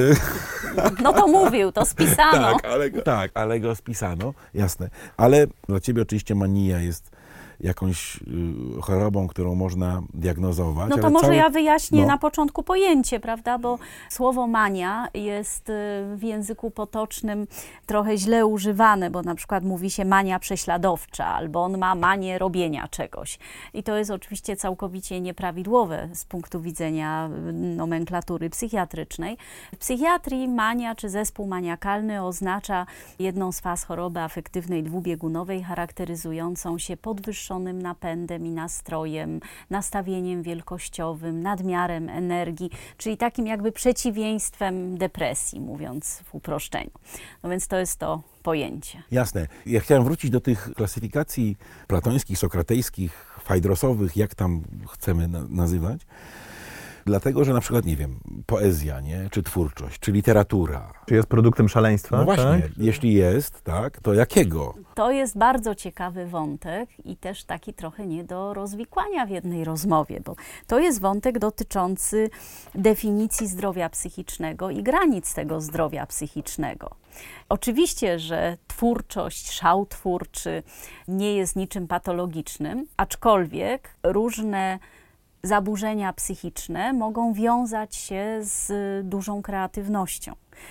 No to mówił, to spisano. ale go spisano, jasne. Ale dla ciebie oczywiście mania jest jakąś chorobą, którą można diagnozować. No to ale może cały... ja wyjaśnię No. na początku pojęcie, prawda, bo słowo mania jest w języku potocznym trochę źle używane, bo na przykład mówi się mania prześladowcza, albo on ma manię robienia czegoś. I to jest oczywiście całkowicie nieprawidłowe z punktu widzenia nomenklatury psychiatrycznej. W psychiatrii mania czy zespół maniakalny oznacza jedną z faz choroby afektywnej dwubiegunowej charakteryzującą się podwyższonym napędem i nastrojem, nastawieniem wielkościowym, nadmiarem energii, czyli takim jakby przeciwieństwem depresji, mówiąc w uproszczeniu. No więc to jest to pojęcie. Jasne. Ja chciałem wrócić do tych klasyfikacji platońskich, sokratejskich, fajdrosowych, jak tam chcemy nazywać. Dlatego, że na przykład, nie wiem, poezja, nie? Czy twórczość, czy literatura. Czy jest produktem szaleństwa? No właśnie, tak? jeśli jest, tak, to jakiego? To jest bardzo ciekawy wątek i też taki trochę nie do rozwikłania w jednej rozmowie, bo to jest wątek dotyczący definicji zdrowia psychicznego i granic tego zdrowia psychicznego. Oczywiście, że twórczość, szał twórczy nie jest niczym patologicznym, aczkolwiek różne zaburzenia psychiczne mogą wiązać się z dużą kreatywnością.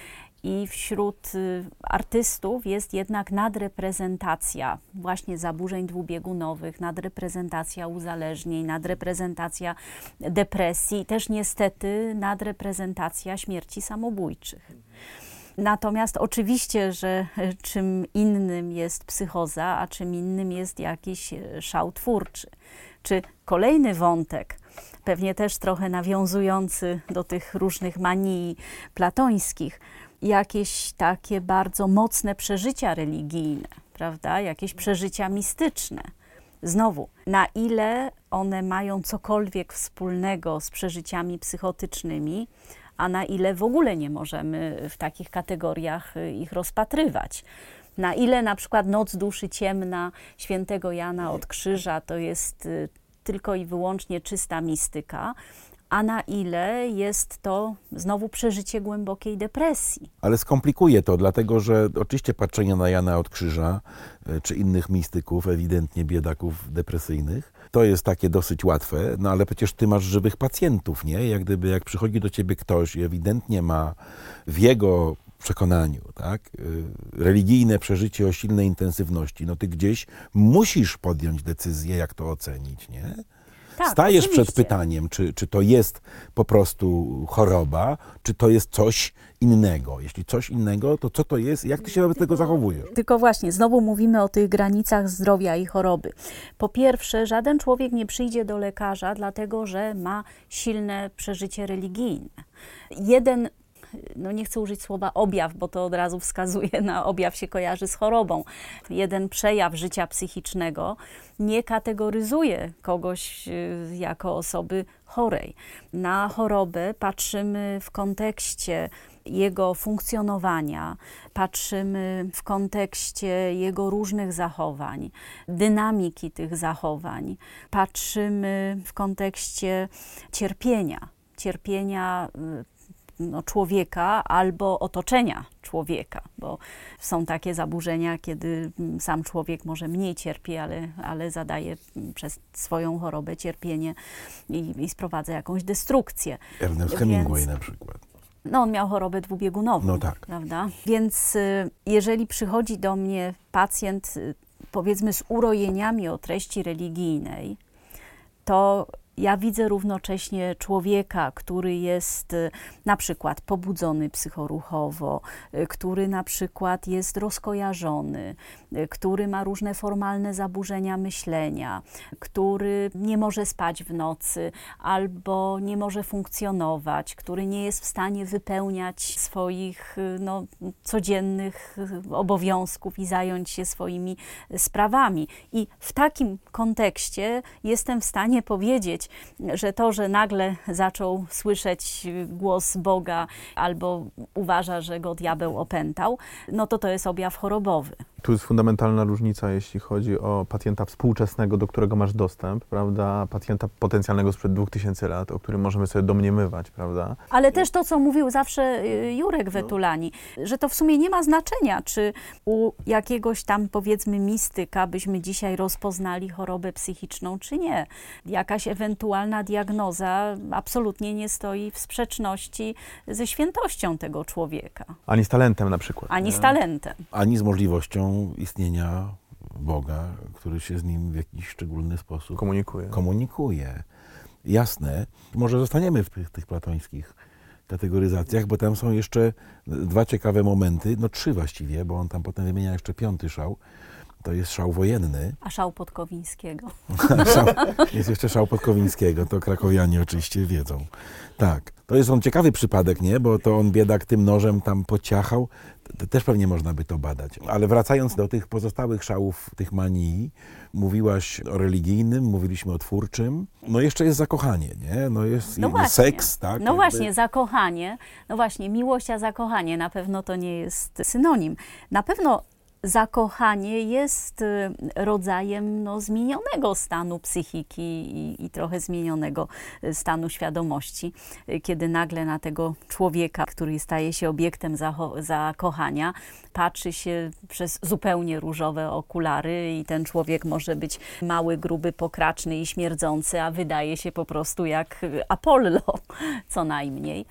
I wśród artystów jest jednak nadreprezentacja właśnie zaburzeń dwubiegunowych, nadreprezentacja uzależnień, nadreprezentacja depresji i też niestety nadreprezentacja śmierci samobójczych. Natomiast oczywiście, że czym innym jest psychoza, a czym innym jest jakiś szał twórczy. Czy kolejny wątek, pewnie też trochę nawiązujący do tych różnych manii platońskich, jakieś takie bardzo mocne przeżycia religijne, prawda? Jakieś przeżycia mistyczne. Znowu, na ile one mają cokolwiek wspólnego z przeżyciami psychotycznymi, a na ile w ogóle nie możemy w takich kategoriach ich rozpatrywać. Na ile na przykład Noc duszy ciemna świętego Jana od Krzyża to jest tylko i wyłącznie czysta mistyka, a na ile jest to znowu przeżycie głębokiej depresji. Ale skomplikuje to, dlatego że oczywiście patrzenie na Jana od Krzyża czy innych mistyków, ewidentnie biedaków depresyjnych, to jest takie dosyć łatwe, no ale przecież ty masz żywych pacjentów, nie? Jak gdyby jak przychodzi do ciebie ktoś i ewidentnie ma w jego przekonaniu, tak, religijne przeżycie o silnej intensywności, no ty gdzieś musisz podjąć decyzję, jak to ocenić, nie? Tak, Stajesz oczywiście. przed pytaniem, czy to jest po prostu choroba, czy to jest coś innego. Jeśli coś innego, to co to jest i jak ty się wobec tego zachowujesz? Tylko właśnie, znowu mówimy o tych granicach zdrowia i choroby. Po pierwsze, żaden człowiek nie przyjdzie do lekarza, dlatego że ma silne przeżycie religijne. Jeden, no nie chcę użyć słowa objaw, bo to od razu wskazuje na objaw, się kojarzy z chorobą. Jeden przejaw życia psychicznego nie kategoryzuje kogoś jako osoby chorej. Na chorobę patrzymy w kontekście jego funkcjonowania, patrzymy w kontekście jego różnych zachowań, dynamiki tych zachowań, patrzymy w kontekście cierpienia człowieka albo otoczenia człowieka, bo są takie zaburzenia, kiedy sam człowiek może mniej cierpi, ale zadaje przez swoją chorobę cierpienie i sprowadza jakąś destrukcję. Ernest Hemingway na przykład. No on miał chorobę dwubiegunową, no tak. Prawda? Więc jeżeli przychodzi do mnie pacjent, powiedzmy z urojeniami o treści religijnej, to Ja widzę równocześnie człowieka, który jest na przykład pobudzony psychoruchowo, który na przykład jest rozkojarzony, który ma różne formalne zaburzenia myślenia, który nie może spać w nocy albo nie może funkcjonować, który nie jest w stanie wypełniać swoich codziennych obowiązków i zająć się swoimi sprawami. I w takim kontekście jestem w stanie powiedzieć, że to, że nagle zaczął słyszeć głos Boga albo uważa, że go diabeł opętał, no to jest objaw chorobowy. Tu jest fundamentalna różnica, jeśli chodzi o pacjenta współczesnego, do którego masz dostęp, prawda? Pacjenta potencjalnego sprzed 2000 lat, o którym możemy sobie domniemywać, prawda? Ale też to, co mówił zawsze Jurek Wetulani, że to w sumie nie ma znaczenia, czy u jakiegoś tam, powiedzmy, mistyka byśmy dzisiaj rozpoznali chorobę psychiczną, czy nie. Jakaś ewentualna diagnoza absolutnie nie stoi w sprzeczności ze świętością tego człowieka. Ani z talentem na przykład. Ani nie? z talentem. Ani z możliwością istnienia Boga, który się z nim w jakiś szczególny sposób komunikuje. Jasne. Może zostaniemy w tych platońskich kategoryzacjach, bo tam są jeszcze 2 ciekawe momenty, 3 właściwie, bo on tam potem wymienia jeszcze 5. szał. To jest szał wojenny. A szał Podkowińskiego. Jest jeszcze szał Podkowińskiego, to krakowianie oczywiście wiedzą. Tak, to jest on ciekawy przypadek, nie? Bo to on biedak tym nożem tam pociachał. Też pewnie można by to badać. Ale wracając do tych pozostałych szałów, tych manii, mówiłaś o religijnym, mówiliśmy o twórczym. Jeszcze jest zakochanie, nie? Jest seks, tak? Właśnie, zakochanie. Miłość a zakochanie. Na pewno to nie jest synonim. Na pewno zakochanie jest rodzajem zmienionego stanu psychiki i trochę zmienionego stanu świadomości, kiedy nagle na tego człowieka, który staje się obiektem zakochania, patrzy się przez zupełnie różowe okulary i ten człowiek może być mały, gruby, pokraczny i śmierdzący, a wydaje się po prostu jak Apollo, co najmniej.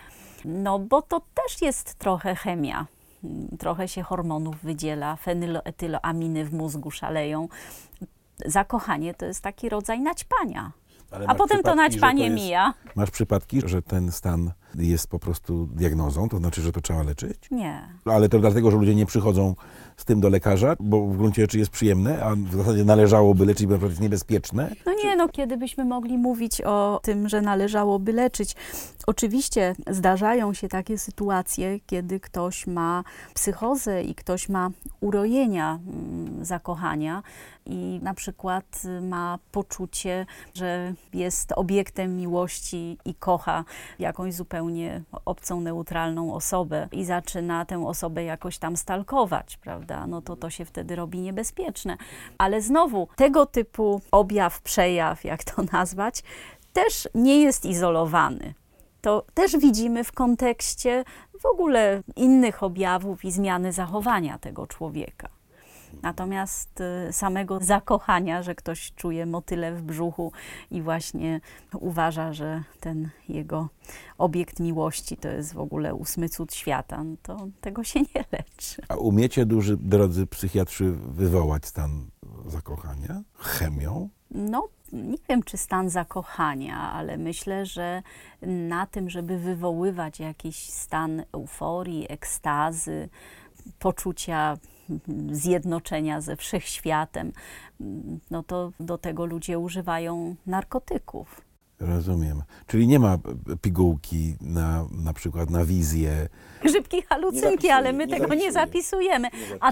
Bo to też jest trochę chemia. Trochę się hormonów wydziela, fenyloetyloaminy w mózgu szaleją. Zakochanie to jest taki rodzaj naćpania. A potem to naćpanie mija. Masz przypadki, że ten stan jest po prostu diagnozą, to znaczy, że to trzeba leczyć? Nie. Ale to dlatego, że ludzie nie przychodzą z tym do lekarza, bo w gruncie rzeczy jest przyjemne, a w zasadzie należałoby leczyć, bo to jest niebezpieczne? Kiedy byśmy mogli mówić o tym, że należałoby leczyć. Oczywiście zdarzają się takie sytuacje, kiedy ktoś ma psychozę i ktoś ma urojenia zakochania i na przykład ma poczucie, że jest obiektem miłości i kocha jakąś zupełnie obcą, neutralną osobę i zaczyna tę osobę jakoś tam stalkować, prawda? To się wtedy robi niebezpieczne. Ale znowu, tego typu objaw, przejaw, jak to nazwać, też nie jest izolowany. To też widzimy w kontekście w ogóle innych objawów i zmiany zachowania tego człowieka. Natomiast samego zakochania, że ktoś czuje motyle w brzuchu i właśnie uważa, że ten jego obiekt miłości to jest w ogóle 8. cud świata, to tego się nie leczy. A umiecie, drodzy psychiatrzy, wywołać stan zakochania chemią? Nie wiem, czy stan zakochania, ale myślę, że na tym, żeby wywoływać jakiś stan euforii, ekstazy, poczucia zjednoczenia ze wszechświatem, to do tego ludzie używają narkotyków. Rozumiem. Czyli nie ma pigułki na przykład na wizję. Grzybki, halucynki, ale my tego nie zapisujemy.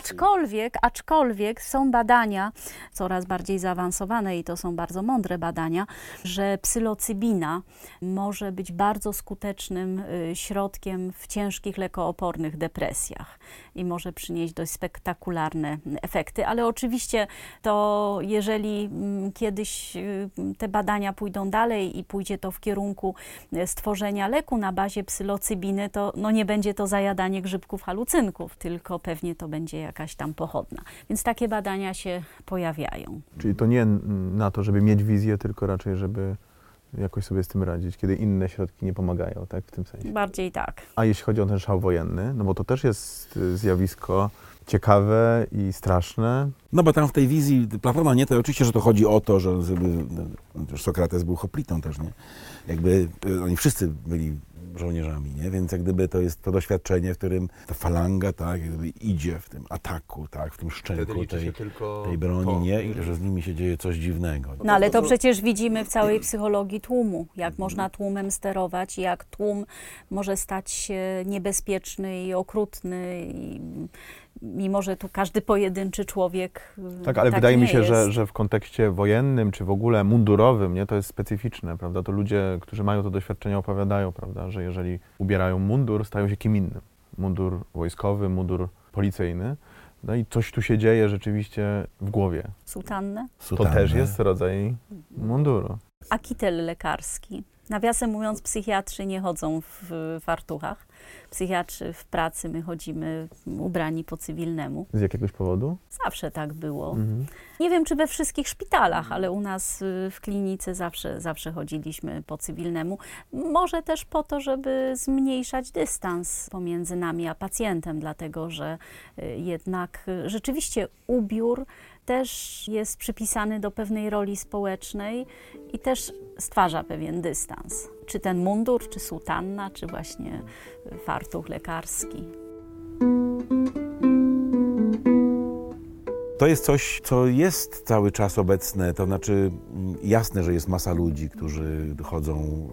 Aczkolwiek są badania, coraz bardziej zaawansowane i to są bardzo mądre badania, że psylocybina może być bardzo skutecznym środkiem w ciężkich lekoopornych depresjach i może przynieść dość spektakularne efekty, ale oczywiście to jeżeli kiedyś te badania pójdą dalej i pójdzie to w kierunku stworzenia leku na bazie psylocybiny, to nie będzie to zajadanie grzybków, halucynków, tylko pewnie to będzie jakaś tam pochodna. Więc takie badania się pojawiają. Czyli to nie na to, żeby mieć wizję, tylko raczej, żeby jakoś sobie z tym radzić, kiedy inne środki nie pomagają, tak? W tym sensie. Bardziej tak. A jeśli chodzi o ten szał wojenny, bo to też jest zjawisko ciekawe i straszne. No bo tam w tej wizji Platona, nie, to oczywiście, że to chodzi o to, że Sokrates był hoplitą też, nie? Jakby oni wszyscy byli żołnierzami, nie? Więc jak gdyby to jest to doświadczenie, w którym ta falanga, tak, jak gdyby idzie w tym ataku, tak, w tym szczęku tej broni, nie? I że z nimi się dzieje coś dziwnego. No ale to przecież widzimy w całej psychologii tłumu, jak można tłumem sterować, jak tłum może stać się niebezpieczny i okrutny, mimo że tu każdy pojedynczy człowiek Tak, ale tak wydaje mi nie się, jest. że w kontekście wojennym, czy w ogóle mundurowym, nie, to jest specyficzne, prawda? To ludzie, którzy mają to doświadczenie, opowiadają, prawda, że jeżeli ubierają mundur, stają się kim innym. Mundur wojskowy, mundur policyjny. No i coś tu się dzieje rzeczywiście w głowie. Sutannę? To też jest rodzaj munduru. A kitel lekarski? Nawiasem mówiąc, psychiatrzy nie chodzą w fartuchach. Psychiatrzy w pracy, my chodzimy ubrani po cywilnemu. Z jakiegoś powodu? Zawsze tak było. Nie wiem, czy we wszystkich szpitalach, ale u nas w klinice zawsze chodziliśmy po cywilnemu. Może też po to, żeby zmniejszać dystans pomiędzy nami a pacjentem, dlatego że jednak rzeczywiście ubiór też jest przypisany do pewnej roli społecznej i też stwarza pewien dystans. Czy ten mundur, czy sutanna, czy właśnie fartuch lekarski. To jest coś, co jest cały czas obecne, to znaczy jasne, że jest masa ludzi, którzy chodzą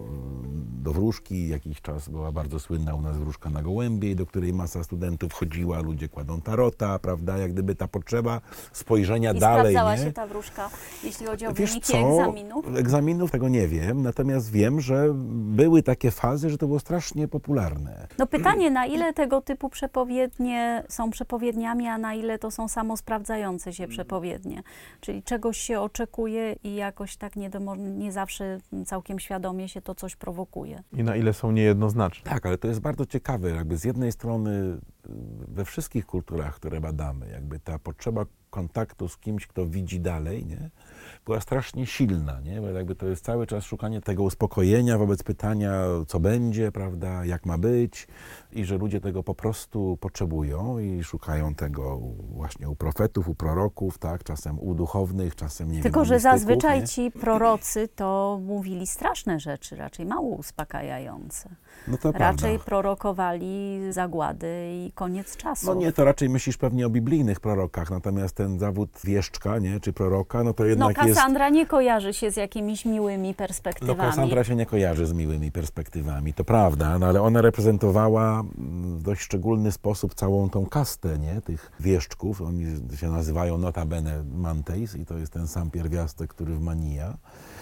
do wróżki. Jakiś czas była bardzo słynna u nas wróżka na Gołębiej, do której masa studentów chodziła, ludzie kładą tarota, prawda, jak gdyby ta potrzeba spojrzenia I dalej. sprawdzała nie? się ta wróżka, jeśli chodzi o Wiesz wyniki co? egzaminów? Egzaminów tego nie wiem, natomiast wiem, że były takie fazy, że to było strasznie popularne. No pytanie, na ile tego typu przepowiednie są przepowiedniami, a na ile to są samosprawdzające się przepowiednie. Czyli czegoś się oczekuje i jakoś tak nie zawsze całkiem świadomie się to coś prowokuje. I na ile są niejednoznaczne. Tak, ale to jest bardzo ciekawe, jakby z jednej strony we wszystkich kulturach, które badamy, jakby ta potrzeba kontaktu z kimś, kto widzi dalej, nie, była strasznie silna, nie, bo jakby to jest cały czas szukanie tego uspokojenia wobec pytania, co będzie, prawda, jak ma być i że ludzie tego po prostu potrzebują i szukają tego właśnie u profetów, u proroków, tak, czasem u duchownych, czasem nie Tylko, wiem, u że mistyków, zazwyczaj nie? ci prorocy to mówili straszne rzeczy, raczej mało uspokajające. No to Raczej prawda. prorokowali zagłady i koniec czasu. No nie, to raczej myślisz pewnie o biblijnych prorokach, natomiast ten zawód wieszczka, nie, czy proroka, no to No jednak jest... Kassandra nie kojarzy się z jakimiś miłymi No perspektywami. Kassandra się nie kojarzy z miłymi perspektywami, to prawda, no ale ona reprezentowała w dość szczególny sposób całą tą kastę, nie, tych wieszczków. Oni się nazywają notabene Manteis i to jest ten sam pierwiastek, który w Mania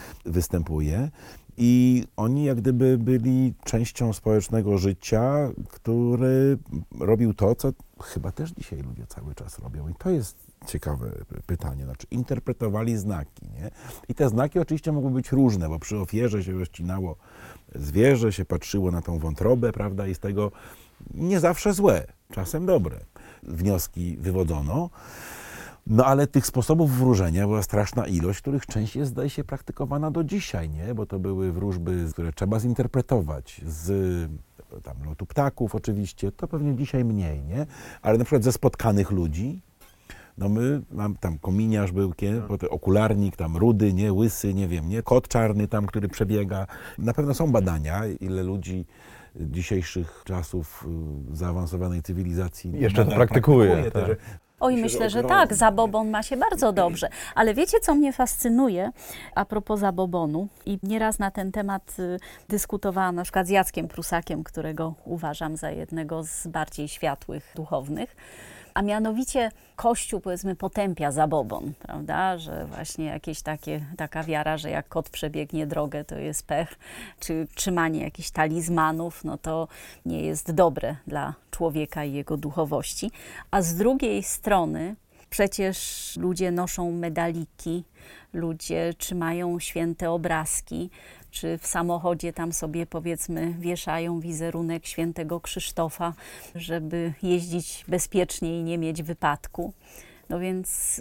występuje. I oni jak gdyby byli częścią społecznego życia, który robił to, co chyba też dzisiaj ludzie cały czas robią. I to jest ciekawe pytanie. Znaczy interpretowali znaki, nie? I te znaki oczywiście mogły być różne, bo przy ofierze się rozcinało zwierzę, się patrzyło na tą wątrobę, prawda? I z tego nie zawsze złe, czasem dobre wnioski wywodzono. No ale tych sposobów wróżenia była straszna ilość, których część jest, zdaje się, praktykowana do dzisiaj, nie? Bo to były wróżby, które trzeba zinterpretować z tam lotu ptaków oczywiście, to pewnie dzisiaj mniej, nie? Ale na przykład ze spotkanych ludzi, no my, tam kominiarz był, potem okularnik, tam rudy, nie, łysy, nie wiem, nie, kot czarny tam, który przebiega. Na pewno są badania, ile ludzi dzisiejszych czasów zaawansowanej cywilizacji Jeszcze to praktykuje. to, Tak. że Oj, się myślę, że ogromnie, tak, zabobon ma się bardzo dobrze. Ale wiecie, co mnie fascynuje a propos zabobonu? I nieraz na ten temat dyskutowałam na przykład z Jackiem Prusakiem, którego uważam za jednego z bardziej światłych duchownych. A mianowicie Kościół, powiedzmy, potępia zabobon, prawda? Że właśnie taka wiara, że jak kot przebiegnie drogę, to jest pech, czy trzymanie jakichś talizmanów, no to nie jest dobre dla człowieka i jego duchowości. A z drugiej strony przecież ludzie noszą medaliki, ludzie trzymają święte obrazki, czy w samochodzie tam sobie, powiedzmy, wieszają wizerunek świętego Krzysztofa, żeby jeździć bezpiecznie i nie mieć wypadku. No więc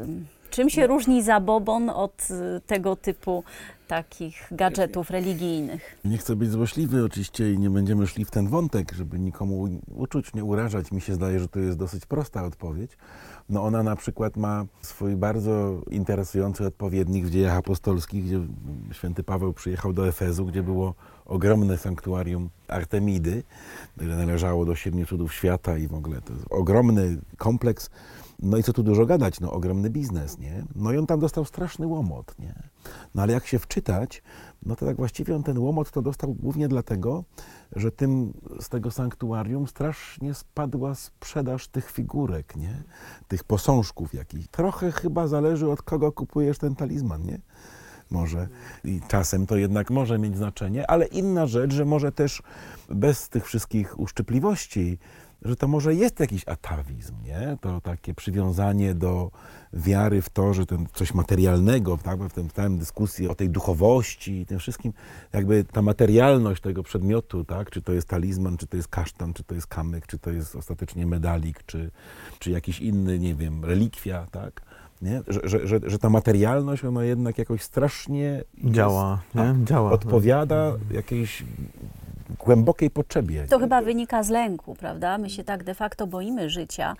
Czym się różni zabobon od tego typu takich gadżetów religijnych? Nie chcę być złośliwy oczywiście i nie będziemy szli w ten wątek, żeby nikomu uczuć nie urażać. Mi się zdaje, że to jest dosyć prosta odpowiedź. No ona na przykład ma swój bardzo interesujący odpowiednik w Dziejach Apostolskich, gdzie święty Paweł przyjechał do Efezu, gdzie było ogromne sanktuarium Artemidy, które należało do 7 cudów świata i w ogóle to jest ogromny kompleks. No i co tu dużo gadać, no ogromny biznes, nie? No i on tam dostał straszny łomot, nie? No ale jak się wczytać, no to tak właściwie on ten łomot to dostał głównie dlatego, że z tego sanktuarium strasznie spadła sprzedaż tych figurek, nie? Tych posążków jakichś. Trochę chyba zależy, od kogo kupujesz ten talizman, nie? Może. I czasem to jednak może mieć znaczenie, ale inna rzecz, że może też bez tych wszystkich uszczypliwości, że to może jest jakiś atawizm, nie? To takie przywiązanie do wiary w to, że ten coś materialnego, tak? W tym całym dyskusji o tej duchowości i tym wszystkim, jakby ta materialność tego przedmiotu, tak? Czy to jest talizman, czy to jest kasztan, czy to jest kamyk, czy to jest ostatecznie medalik, czy jakiś inny, nie wiem, relikwia, tak? Nie? Że ta materialność, ona jednak jakoś strasznie Działa, nie? Działa. Odpowiada jakiejś głębokiej potrzebie. To chyba wynika z lęku, prawda? My się tak de facto boimy życia.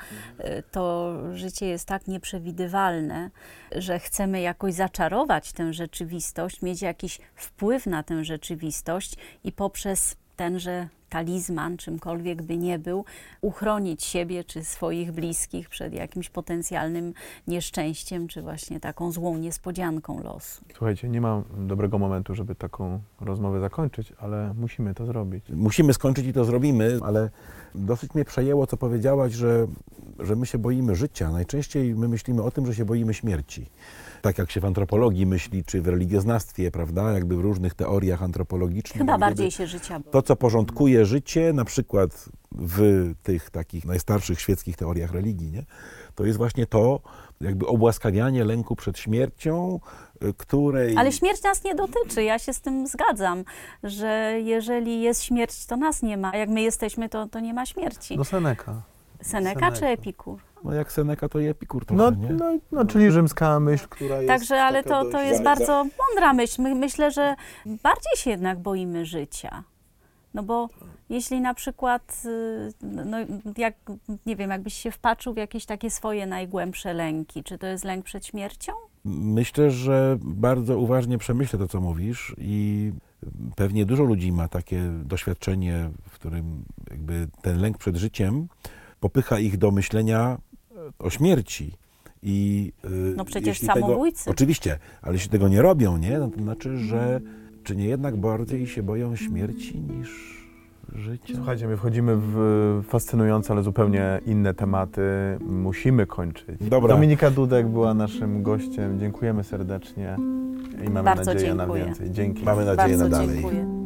To życie jest tak nieprzewidywalne, że chcemy jakoś zaczarować tę rzeczywistość, mieć jakiś wpływ na tę rzeczywistość i poprzez tenże talizman, czymkolwiek by nie był, uchronić siebie czy swoich bliskich przed jakimś potencjalnym nieszczęściem, czy właśnie taką złą niespodzianką losu. Słuchajcie, nie ma dobrego momentu, żeby taką rozmowę zakończyć, ale musimy to zrobić. Musimy skończyć i to zrobimy, ale dosyć mnie przejęło, co powiedziałaś, że my się boimy życia. Najczęściej my myślimy o tym, że się boimy śmierci. Tak jak się w antropologii myśli, czy w religioznawstwie, prawda, jakby w różnych teoriach antropologicznych. Chyba bardziej się życia boi. To, co porządkuje życie, na przykład w tych takich najstarszych świeckich teoriach religii, nie? To jest właśnie to, jakby obłaskawianie lęku przed śmiercią, której... Ale śmierć nas nie dotyczy, ja się z tym zgadzam, że jeżeli jest śmierć, to nas nie ma, a jak my jesteśmy, to nie ma śmierci. No Seneca. Seneca czy Epikur? No jak Seneca, to i Epikur trochę, nie? No, czyli rzymska myśl, która jest... Także, ale taka to jest bardzo mądra myśl. Myślę, że bardziej się jednak boimy życia. No bo jeśli na przykład, nie wiem, jakbyś się wpatrzył w jakieś takie swoje najgłębsze lęki, czy to jest lęk przed śmiercią? Myślę, że bardzo uważnie przemyślę to, co mówisz i pewnie dużo ludzi ma takie doświadczenie, w którym jakby ten lęk przed życiem popycha ich do myślenia o śmierci. I, no przecież samobójcy. Oczywiście, ale jeśli tego nie robią, nie, no to znaczy, że czy nie jednak bardziej się boją śmierci niż życia? Słuchajcie, my wchodzimy w fascynujące, ale zupełnie inne tematy. Musimy kończyć. Dobra. Dominika Dudek była naszym gościem. Dziękujemy serdecznie i mamy Bardzo nadzieję dziękuję. na więcej. Dzięki. Mamy nadzieję Bardzo na dalej. dziękuję.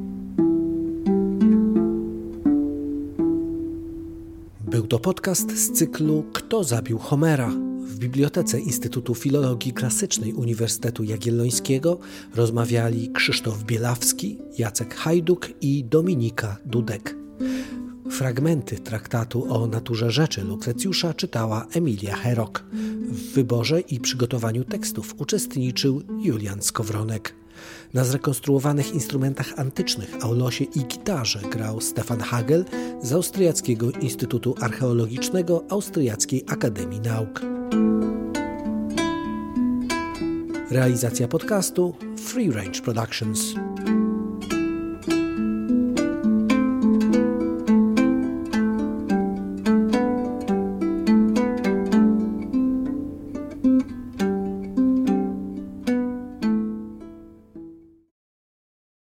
Był to podcast z cyklu Kto zabił Homera? W Bibliotece Instytutu Filologii Klasycznej Uniwersytetu Jagiellońskiego rozmawiali Krzysztof Bielawski, Jacek Hajduk i Dominika Dudek. Fragmenty traktatu o naturze rzeczy Lukrecjusza czytała Emilia Herok. W wyborze i przygotowaniu tekstów uczestniczył Julian Skowronek. Na zrekonstruowanych instrumentach antycznych, aulosie i gitarze grał Stefan Hagel z Austriackiego Instytutu Archeologicznego Austriackiej Akademii Nauk. Realizacja podcastu Free Range Productions.